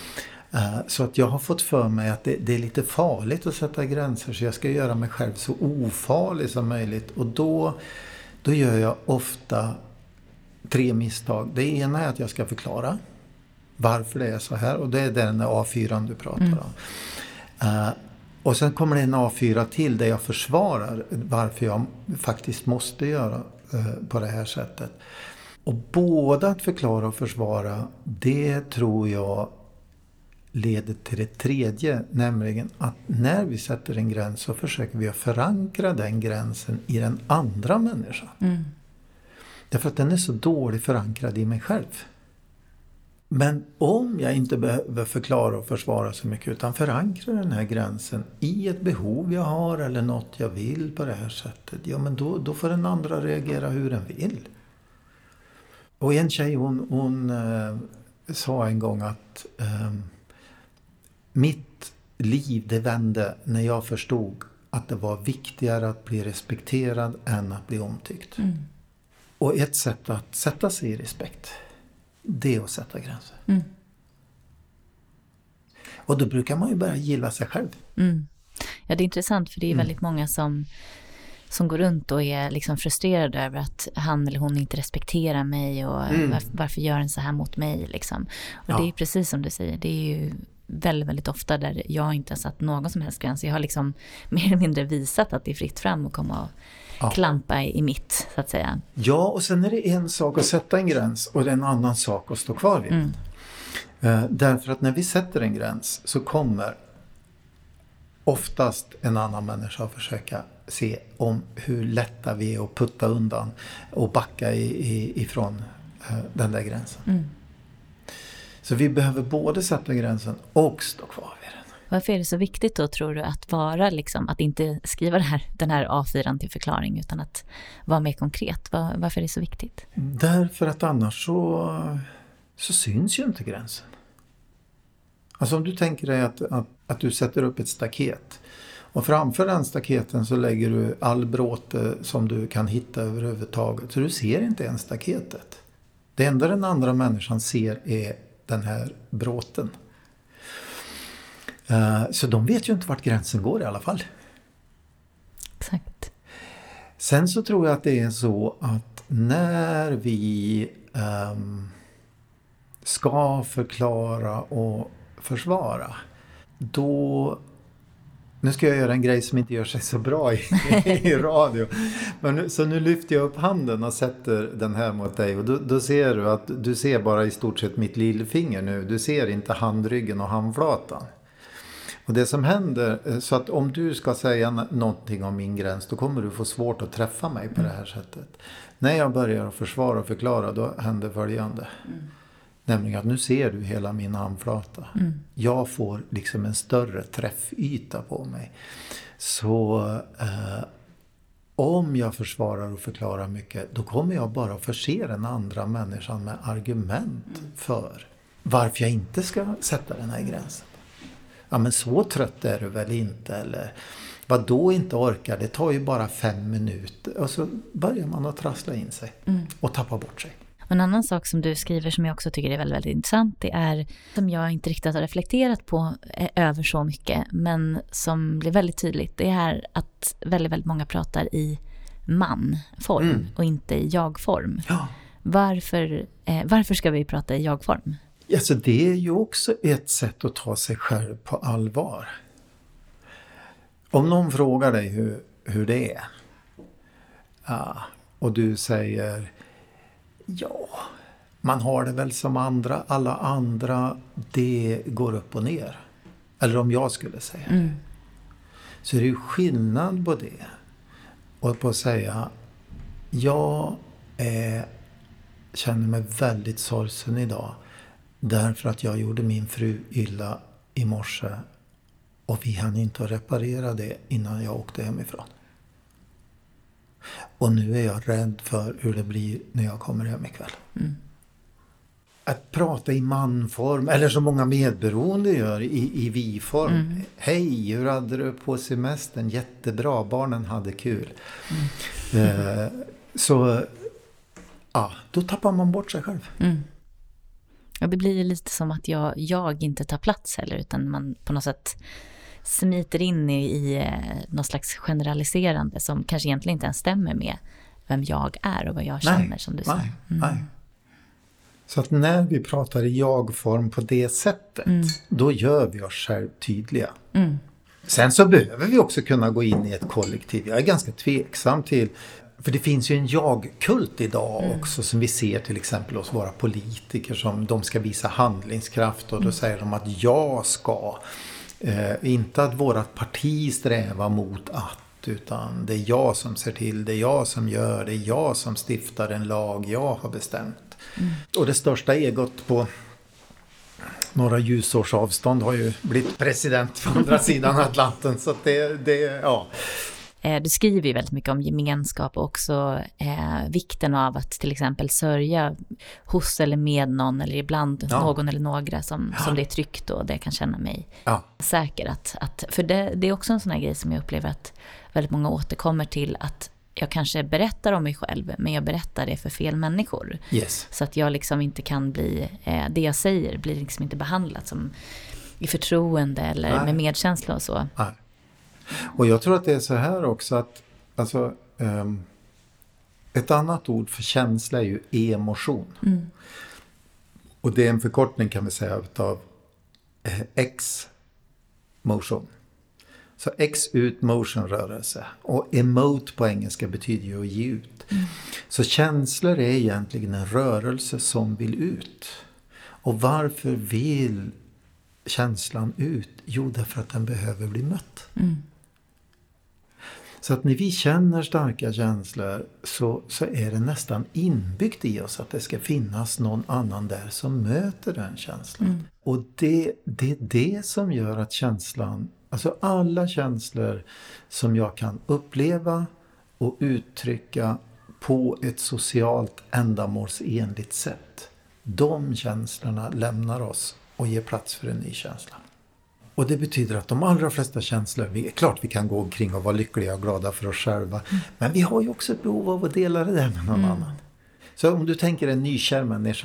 Så att jag har fått för mig att det är lite farligt att sätta gränser, så jag ska göra mig själv så ofarlig som möjligt. Och då gör jag ofta 3 misstag. Det ena är att jag ska förklara varför det är så här, och det är den A4 du pratar om. Och sen kommer det en A4 till där jag försvarar varför jag faktiskt måste göra på det här sättet. Och både att förklara och försvara, det tror jag leder till det tredje, nämligen att när vi sätter en gräns så försöker vi att förankra den gränsen i den andra människan. Därför att den är så dåligt förankrad i mig själv. Men om jag inte behöver förklara och försvara så mycket, utan förankra den här gränsen i ett behov jag har eller något jag vill på det här sättet, ja, men då får den andra reagera hur den vill. Och en tjej hon sa en gång att mitt liv, det vände när jag förstod att det var viktigare att bli respekterad än att bli omtyckt. Och ett sätt att sätta sig i respekt, det är att sätta gränser. Och då brukar man ju börja gilla sig själv. Ja, det är intressant för det är väldigt många som går runt och är liksom frustrerade över att han eller hon inte respekterar mig och varför gör den så här mot mig liksom. Och det är precis som du säger, det är ju väldigt, väldigt ofta där jag inte har satt någon som helst gräns. Jag har liksom mer eller mindre visat att det är fritt fram och komma och klampa i mitt, så att säga. Ja, och sen är det en sak att sätta en gräns och det är en annan sak att stå kvar vid. Därför att när vi sätter en gräns så kommer oftast en annan människa att försöka se om hur lätta vi är att putta undan och backa ifrån den där gränsen. Så vi behöver både sätta gränsen och stå kvar vid den. Varför är det så viktigt då, tror du, att vara liksom, att inte skriva den här A4 till förklaring utan att vara mer konkret? Varför är det så viktigt? Därför att annars så syns ju inte gränsen. Alltså om du tänker dig att du sätter upp ett staket och framför den staketen så lägger du all bråte som du kan hitta överhuvudtaget. Så du ser inte ens staketet. Det enda den andra människan ser är den här bråten. Så de vet ju inte vart gränsen går i alla fall. Exakt. Sen så tror jag att det är så att när vi ska förklara och försvara, då... Nu ska jag göra en grej som inte gör sig så bra i radio. Så nu lyfter jag upp handen och sätter den här mot dig. Och då ser du att du ser bara i stort sett mitt lillfinger nu. Du ser inte handryggen och handflatan. Och det som händer, så att om du ska säga någonting om min gräns, då kommer du få svårt att träffa mig på det här sättet. När jag börjar försvara och förklara, då händer följande. Nämligen att nu ser du hela min handflata. Jag får liksom en större träffyta på mig. Så om jag försvarar och förklarar mycket, då kommer jag bara förse den andra människan med argument för varför jag inte ska sätta den här gränsen. Ja, men så trött är du väl inte? Eller vad då inte orkar? Det tar ju bara 5 minuter. Och så börjar man att trassla in sig och tappa bort sig. En annan sak som du skriver som jag också tycker är väldigt, väldigt intressant, det är som jag inte riktigt har reflekterat på över så mycket, men som blir väldigt tydligt, det är att väldigt, väldigt många pratar i man-form och inte i jag-form. Ja. Varför ska vi prata i jag-form? Alltså det är ju också ett sätt att ta sig själv på allvar. Om någon frågar dig hur det är och du säger ja, man har det väl som andra, alla andra, det går upp och ner. Eller om jag skulle säga det. Så är det ju skillnad på det. Och på att säga, jag känner mig väldigt sorgsen idag. Därför att jag gjorde min fru illa i morse. Och vi hann inte reparera det innan jag åkte hemifrån. Och nu är jag rädd för hur det blir när jag kommer hem ikväll. Att prata i manform, eller som många medberoende gör i vi-form. Hej, hur hade du på semestern? Jättebra, barnen hade kul. Så då tappar man bort sig själv. Ja, det blir lite som att jag inte tar plats heller, utan man på något sätt smiter in i någon slags generaliserande som kanske egentligen inte ens stämmer med vem jag är och vad jag känner, som du säger. Nej. Så att när vi pratar i jag-form på det sättet, då gör vi oss själv tydliga. Sen så behöver vi också kunna gå in i ett kollektiv. Jag är ganska tveksam till, för det finns ju en jag-kult idag också som vi ser till exempel hos våra politiker, som de ska visa handlingskraft och då säger de att jag ska. Inte att vårat parti strävar mot att, utan det är jag som ser till, det är jag som gör, det är jag som stiftar en lag jag har bestämt. Och det största egot på några ljusårs avstånd har ju blivit president på andra sidan Atlanten, så att ja. Du skriver ju väldigt mycket om gemenskap och också vikten av att till exempel sörja hos eller med någon, eller ibland någon eller några som det är tryggt och det kan känna mig säker. För det är också en sån här grej som jag upplever att väldigt många återkommer till, att jag kanske berättar om mig själv, men jag berättar det för fel människor. Yes. Så att jag liksom inte kan bli, det jag säger blir liksom inte behandlat som i förtroende eller med medkänsla och så. Nej. Och jag tror att det är så här också att alltså, ett annat ord för känsla är ju emotion. Mm. Och det är en förkortning kan vi säga av X-motion. Så X ut, motion, rörelse. Och emote på engelska betyder ju att ge ut. Mm. Så känslor är egentligen en rörelse som vill ut. Och varför vill känslan ut? Jo, därför att den behöver bli mött. Mm. Så att när vi känner starka känslor så är det nästan inbyggt i oss att det ska finnas någon annan där som möter den känslan. Mm. Och det är det som gör att känslan, alltså alla känslor som jag kan uppleva och uttrycka på ett socialt ändamålsenligt sätt, de känslorna lämnar oss och ger plats för en ny känsla. Och det betyder att de allra flesta känslor, klart vi kan gå omkring och vara lyckliga och glada för oss själva. Men vi har ju också ett behov av att dela det där med någon annan. Så om du tänker en nykär människa,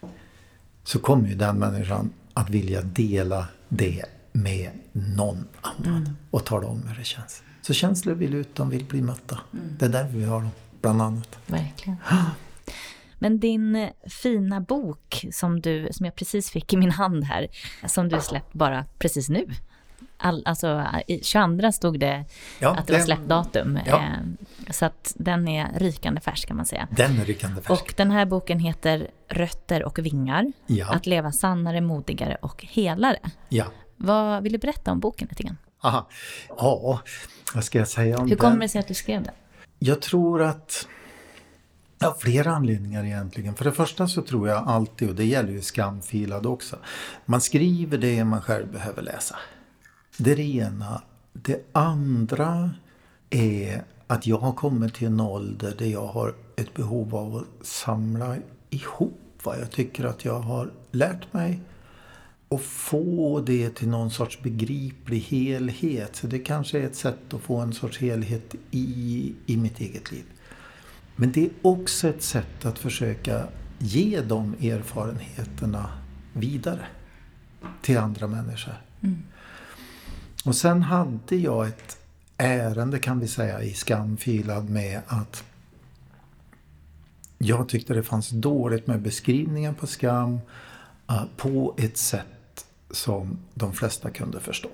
så kommer ju den människan att vilja dela det med någon annan. Och tala om hur det känns. Så känslor vill ut, de vill bli mötta. Det är därför vi har dem, bland annat. Verkligen. Men din fina bok som jag precis fick i min hand här, som du släppt bara precis nu. Alltså i 22 stod det att det var släppdatum. Ja. Så att den är rykande färsk kan man säga. Den är rykande färsk. Och den här boken heter Rötter och vingar. Ja. Att leva sannare, modigare och helare. Ja. Vad vill du berätta om boken lite grann? Aha. Ja, vad ska jag säga om den? Hur kommer det sig att du skrev den? Jag tror att flera anledningar egentligen. För det första så tror jag alltid, och det gäller ju Skamfilad också, man skriver det man själv behöver läsa. Det är det ena. Det andra är att jag har kommit till en ålder där jag har ett behov av att samla ihop vad jag tycker att jag har lärt mig och få det till någon sorts begriplig helhet. Så det kanske är ett sätt att få en sorts helhet i mitt eget liv. Men det är också ett sätt att försöka ge de erfarenheterna vidare till andra människor. Mm. Och sen hade jag ett ärende kan vi säga i Skamfilad med att jag tyckte det fanns dåligt med beskrivningen på skam på ett sätt som de flesta kunde förstå.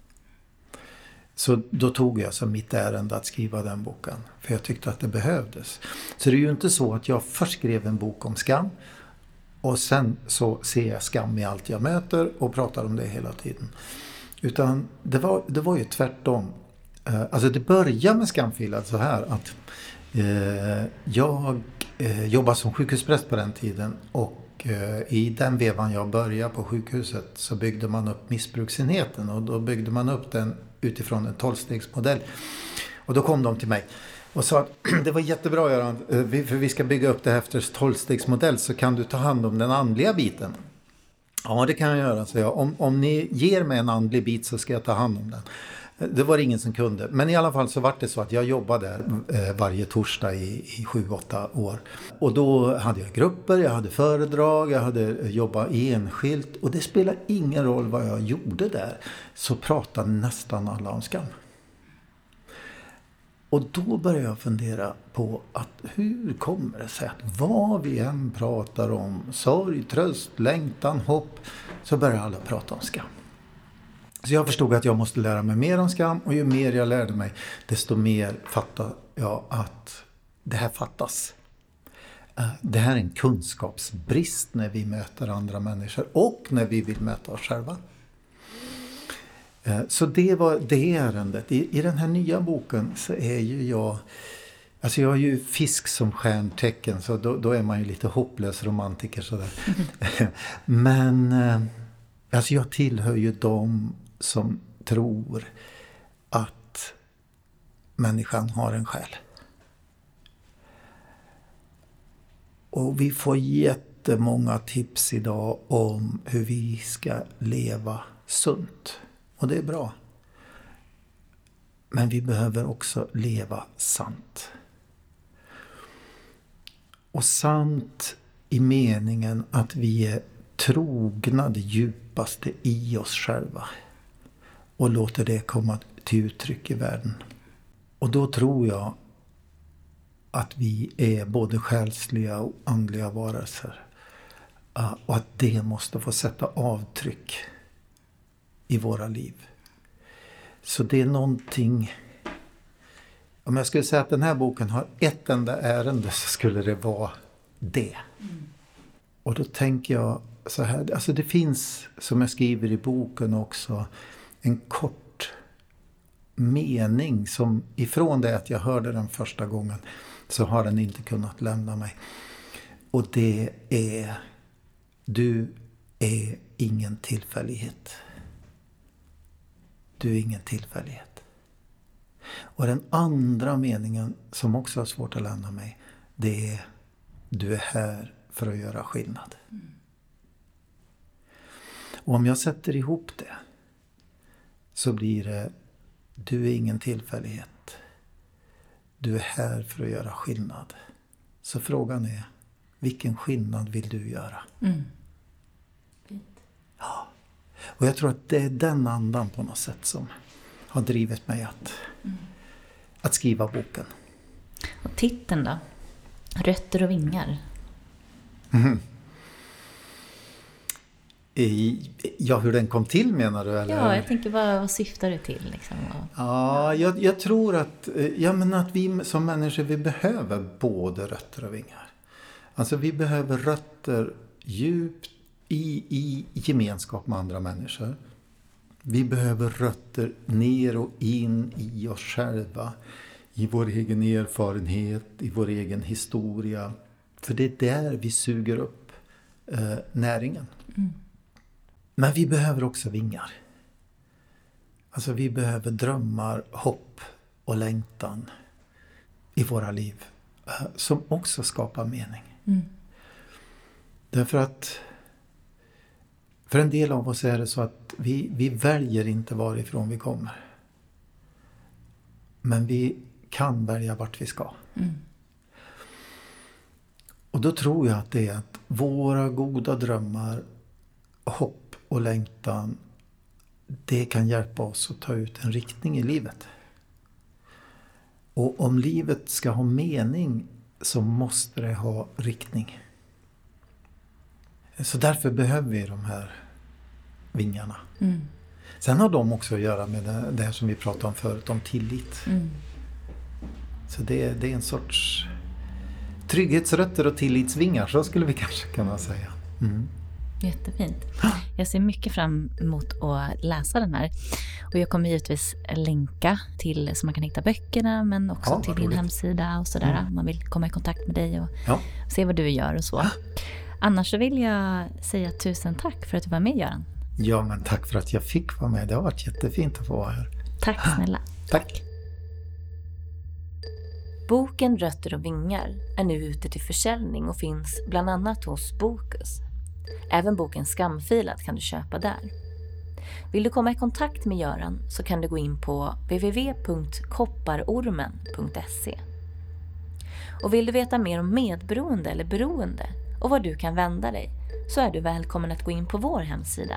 Så då tog jag som mitt ärende att skriva den boken. För jag tyckte att det behövdes. Så det är ju inte så att jag först skrev en bok om skam. Och sen så ser jag skam i allt jag möter och pratar om det hela tiden. Utan det var ju tvärtom. Alltså det började med Skamfilad så här att jag jobbade som sjukhuspräst på den tiden. Och i den vevan jag började på sjukhuset så byggde man upp missbruksenheten. Och då byggde man upp den utifrån en 12-stegsmodell. Och då kom de till mig och sa att det var jättebra Göran, för vi ska bygga upp det här efter 12-stegsmodell, så kan du ta hand om den andliga biten. Ja, det kan jag göra, så jag. Om ni ger mig en andlig bit så ska jag ta hand om den. Det var ingen som kunde. Men i alla fall så var det så att jag jobbade där varje torsdag i 7-8 år. Och då hade jag grupper, jag hade föredrag, jag hade jobbat enskilt. Och det spelar ingen roll vad jag gjorde där. Så pratade nästan alla om skam. Och då började jag fundera på att hur kommer det sig att vad vi än pratar om, sorg, tröst, längtan, hopp, så börjar alla prata om skam. Så jag förstod att jag måste lära mig mer om skam, och ju mer jag lärde mig desto mer fattade jag att det här fattas. Det här är en kunskapsbrist när vi möter andra människor och när vi vill möta oss själva. Så det var det ärendet. I den här nya boken så är ju jag har ju fisk som stjärntecken, så då är man ju lite hopplös romantiker sådär. Men alltså jag tillhör ju dem som tror att människan har en själ. Och vi får jättemånga tips idag om hur vi ska leva sunt. Och det är bra. Men vi behöver också leva sant. Och sant i meningen att vi är trogna det djupaste i oss själva. Och låter det komma till uttryck i världen. Och då tror jag att vi är både själsliga och andliga varelser. Och att det måste få sätta avtryck i våra liv. Så det är någonting... Om jag skulle säga att den här boken har ett enda ärende så skulle det vara det. Och då tänker jag så här, alltså det finns, som jag skriver i boken också, en kort mening som ifrån det att jag hörde den första gången så har den inte kunnat lämna mig. Och det är: du är ingen tillfällighet. Du är ingen tillfällighet. Och den andra meningen som också har svårt att lämna mig, det är: du är här för att göra skillnad. Och om jag sätter ihop det så blir det: du är ingen tillfällighet. Du är här för att göra skillnad. Så frågan är: vilken skillnad vill du göra? Ja. Och jag tror att det är den andan på något sätt som har drivit mig att skriva boken. Och titeln då? Rötter och vingar. Ja, hur den kom till menar du? Eller? Ja, jag tänker vad syftar det till? Liksom? Ja, jag tror att vi som människor, vi behöver både rötter och vingar. Alltså vi behöver rötter djupt i gemenskap med andra människor. Vi behöver rötter ner och in i oss själva. I vår egen erfarenhet, i vår egen historia. För det är där vi suger upp näringen. Men vi behöver också vingar. Alltså vi behöver drömmar, hopp och längtan i våra liv. Som också skapar mening. Därför att för en del av oss är det så att vi väljer inte varifrån vi kommer. Men vi kan välja vart vi ska. Och då tror jag att det är att våra goda drömmar, hopp och längtan, det kan hjälpa oss att ta ut en riktning i livet. Och om livet ska ha mening så måste det ha riktning. Så därför behöver vi de här vingarna. Sen har de också att göra med det här som vi pratade om förut, om tillit. Så det är en sorts trygghetsrötter och tillitsvingar, så skulle vi kanske kunna säga. Jättefint. Jag ser mycket fram emot att läsa den här. Och jag kommer givetvis länka till så man kan hitta böckerna, men också till din hemsida och sådär. Man vill komma i kontakt med dig och se vad du gör och så. Annars så vill jag säga 1000 tack för att du var med, Göran. Ja, men tack för att jag fick vara med. Det har varit jättefint att få vara här. Tack snälla. Tack. Boken Rötter och vingar är nu ute till försäljning och finns bland annat hos Bokus. Även boken Skamfilat kan du köpa där. Vill du komma i kontakt med Göran så kan du gå in på www.kopparormen.se. Och vill du veta mer om medberoende eller beroende och var du kan vända dig, så är du välkommen att gå in på vår hemsida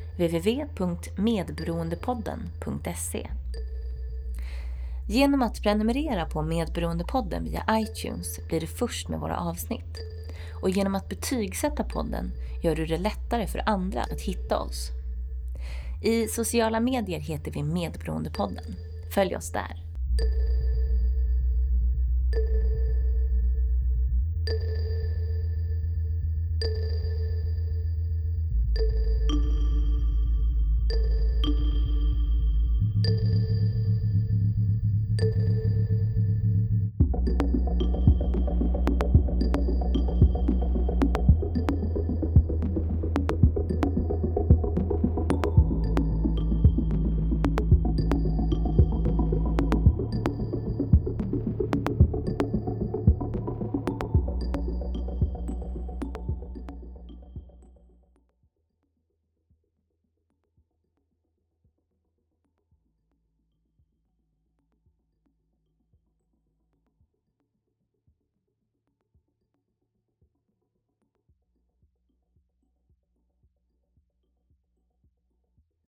www.medberoendepodden.se. Genom att prenumerera på Medberoendepodden via iTunes blir du först med våra avsnitt. Och genom att betygsätta podden gör du det lättare för andra att hitta oss. I sociala medier heter vi Medberoendepodden. Följ oss där.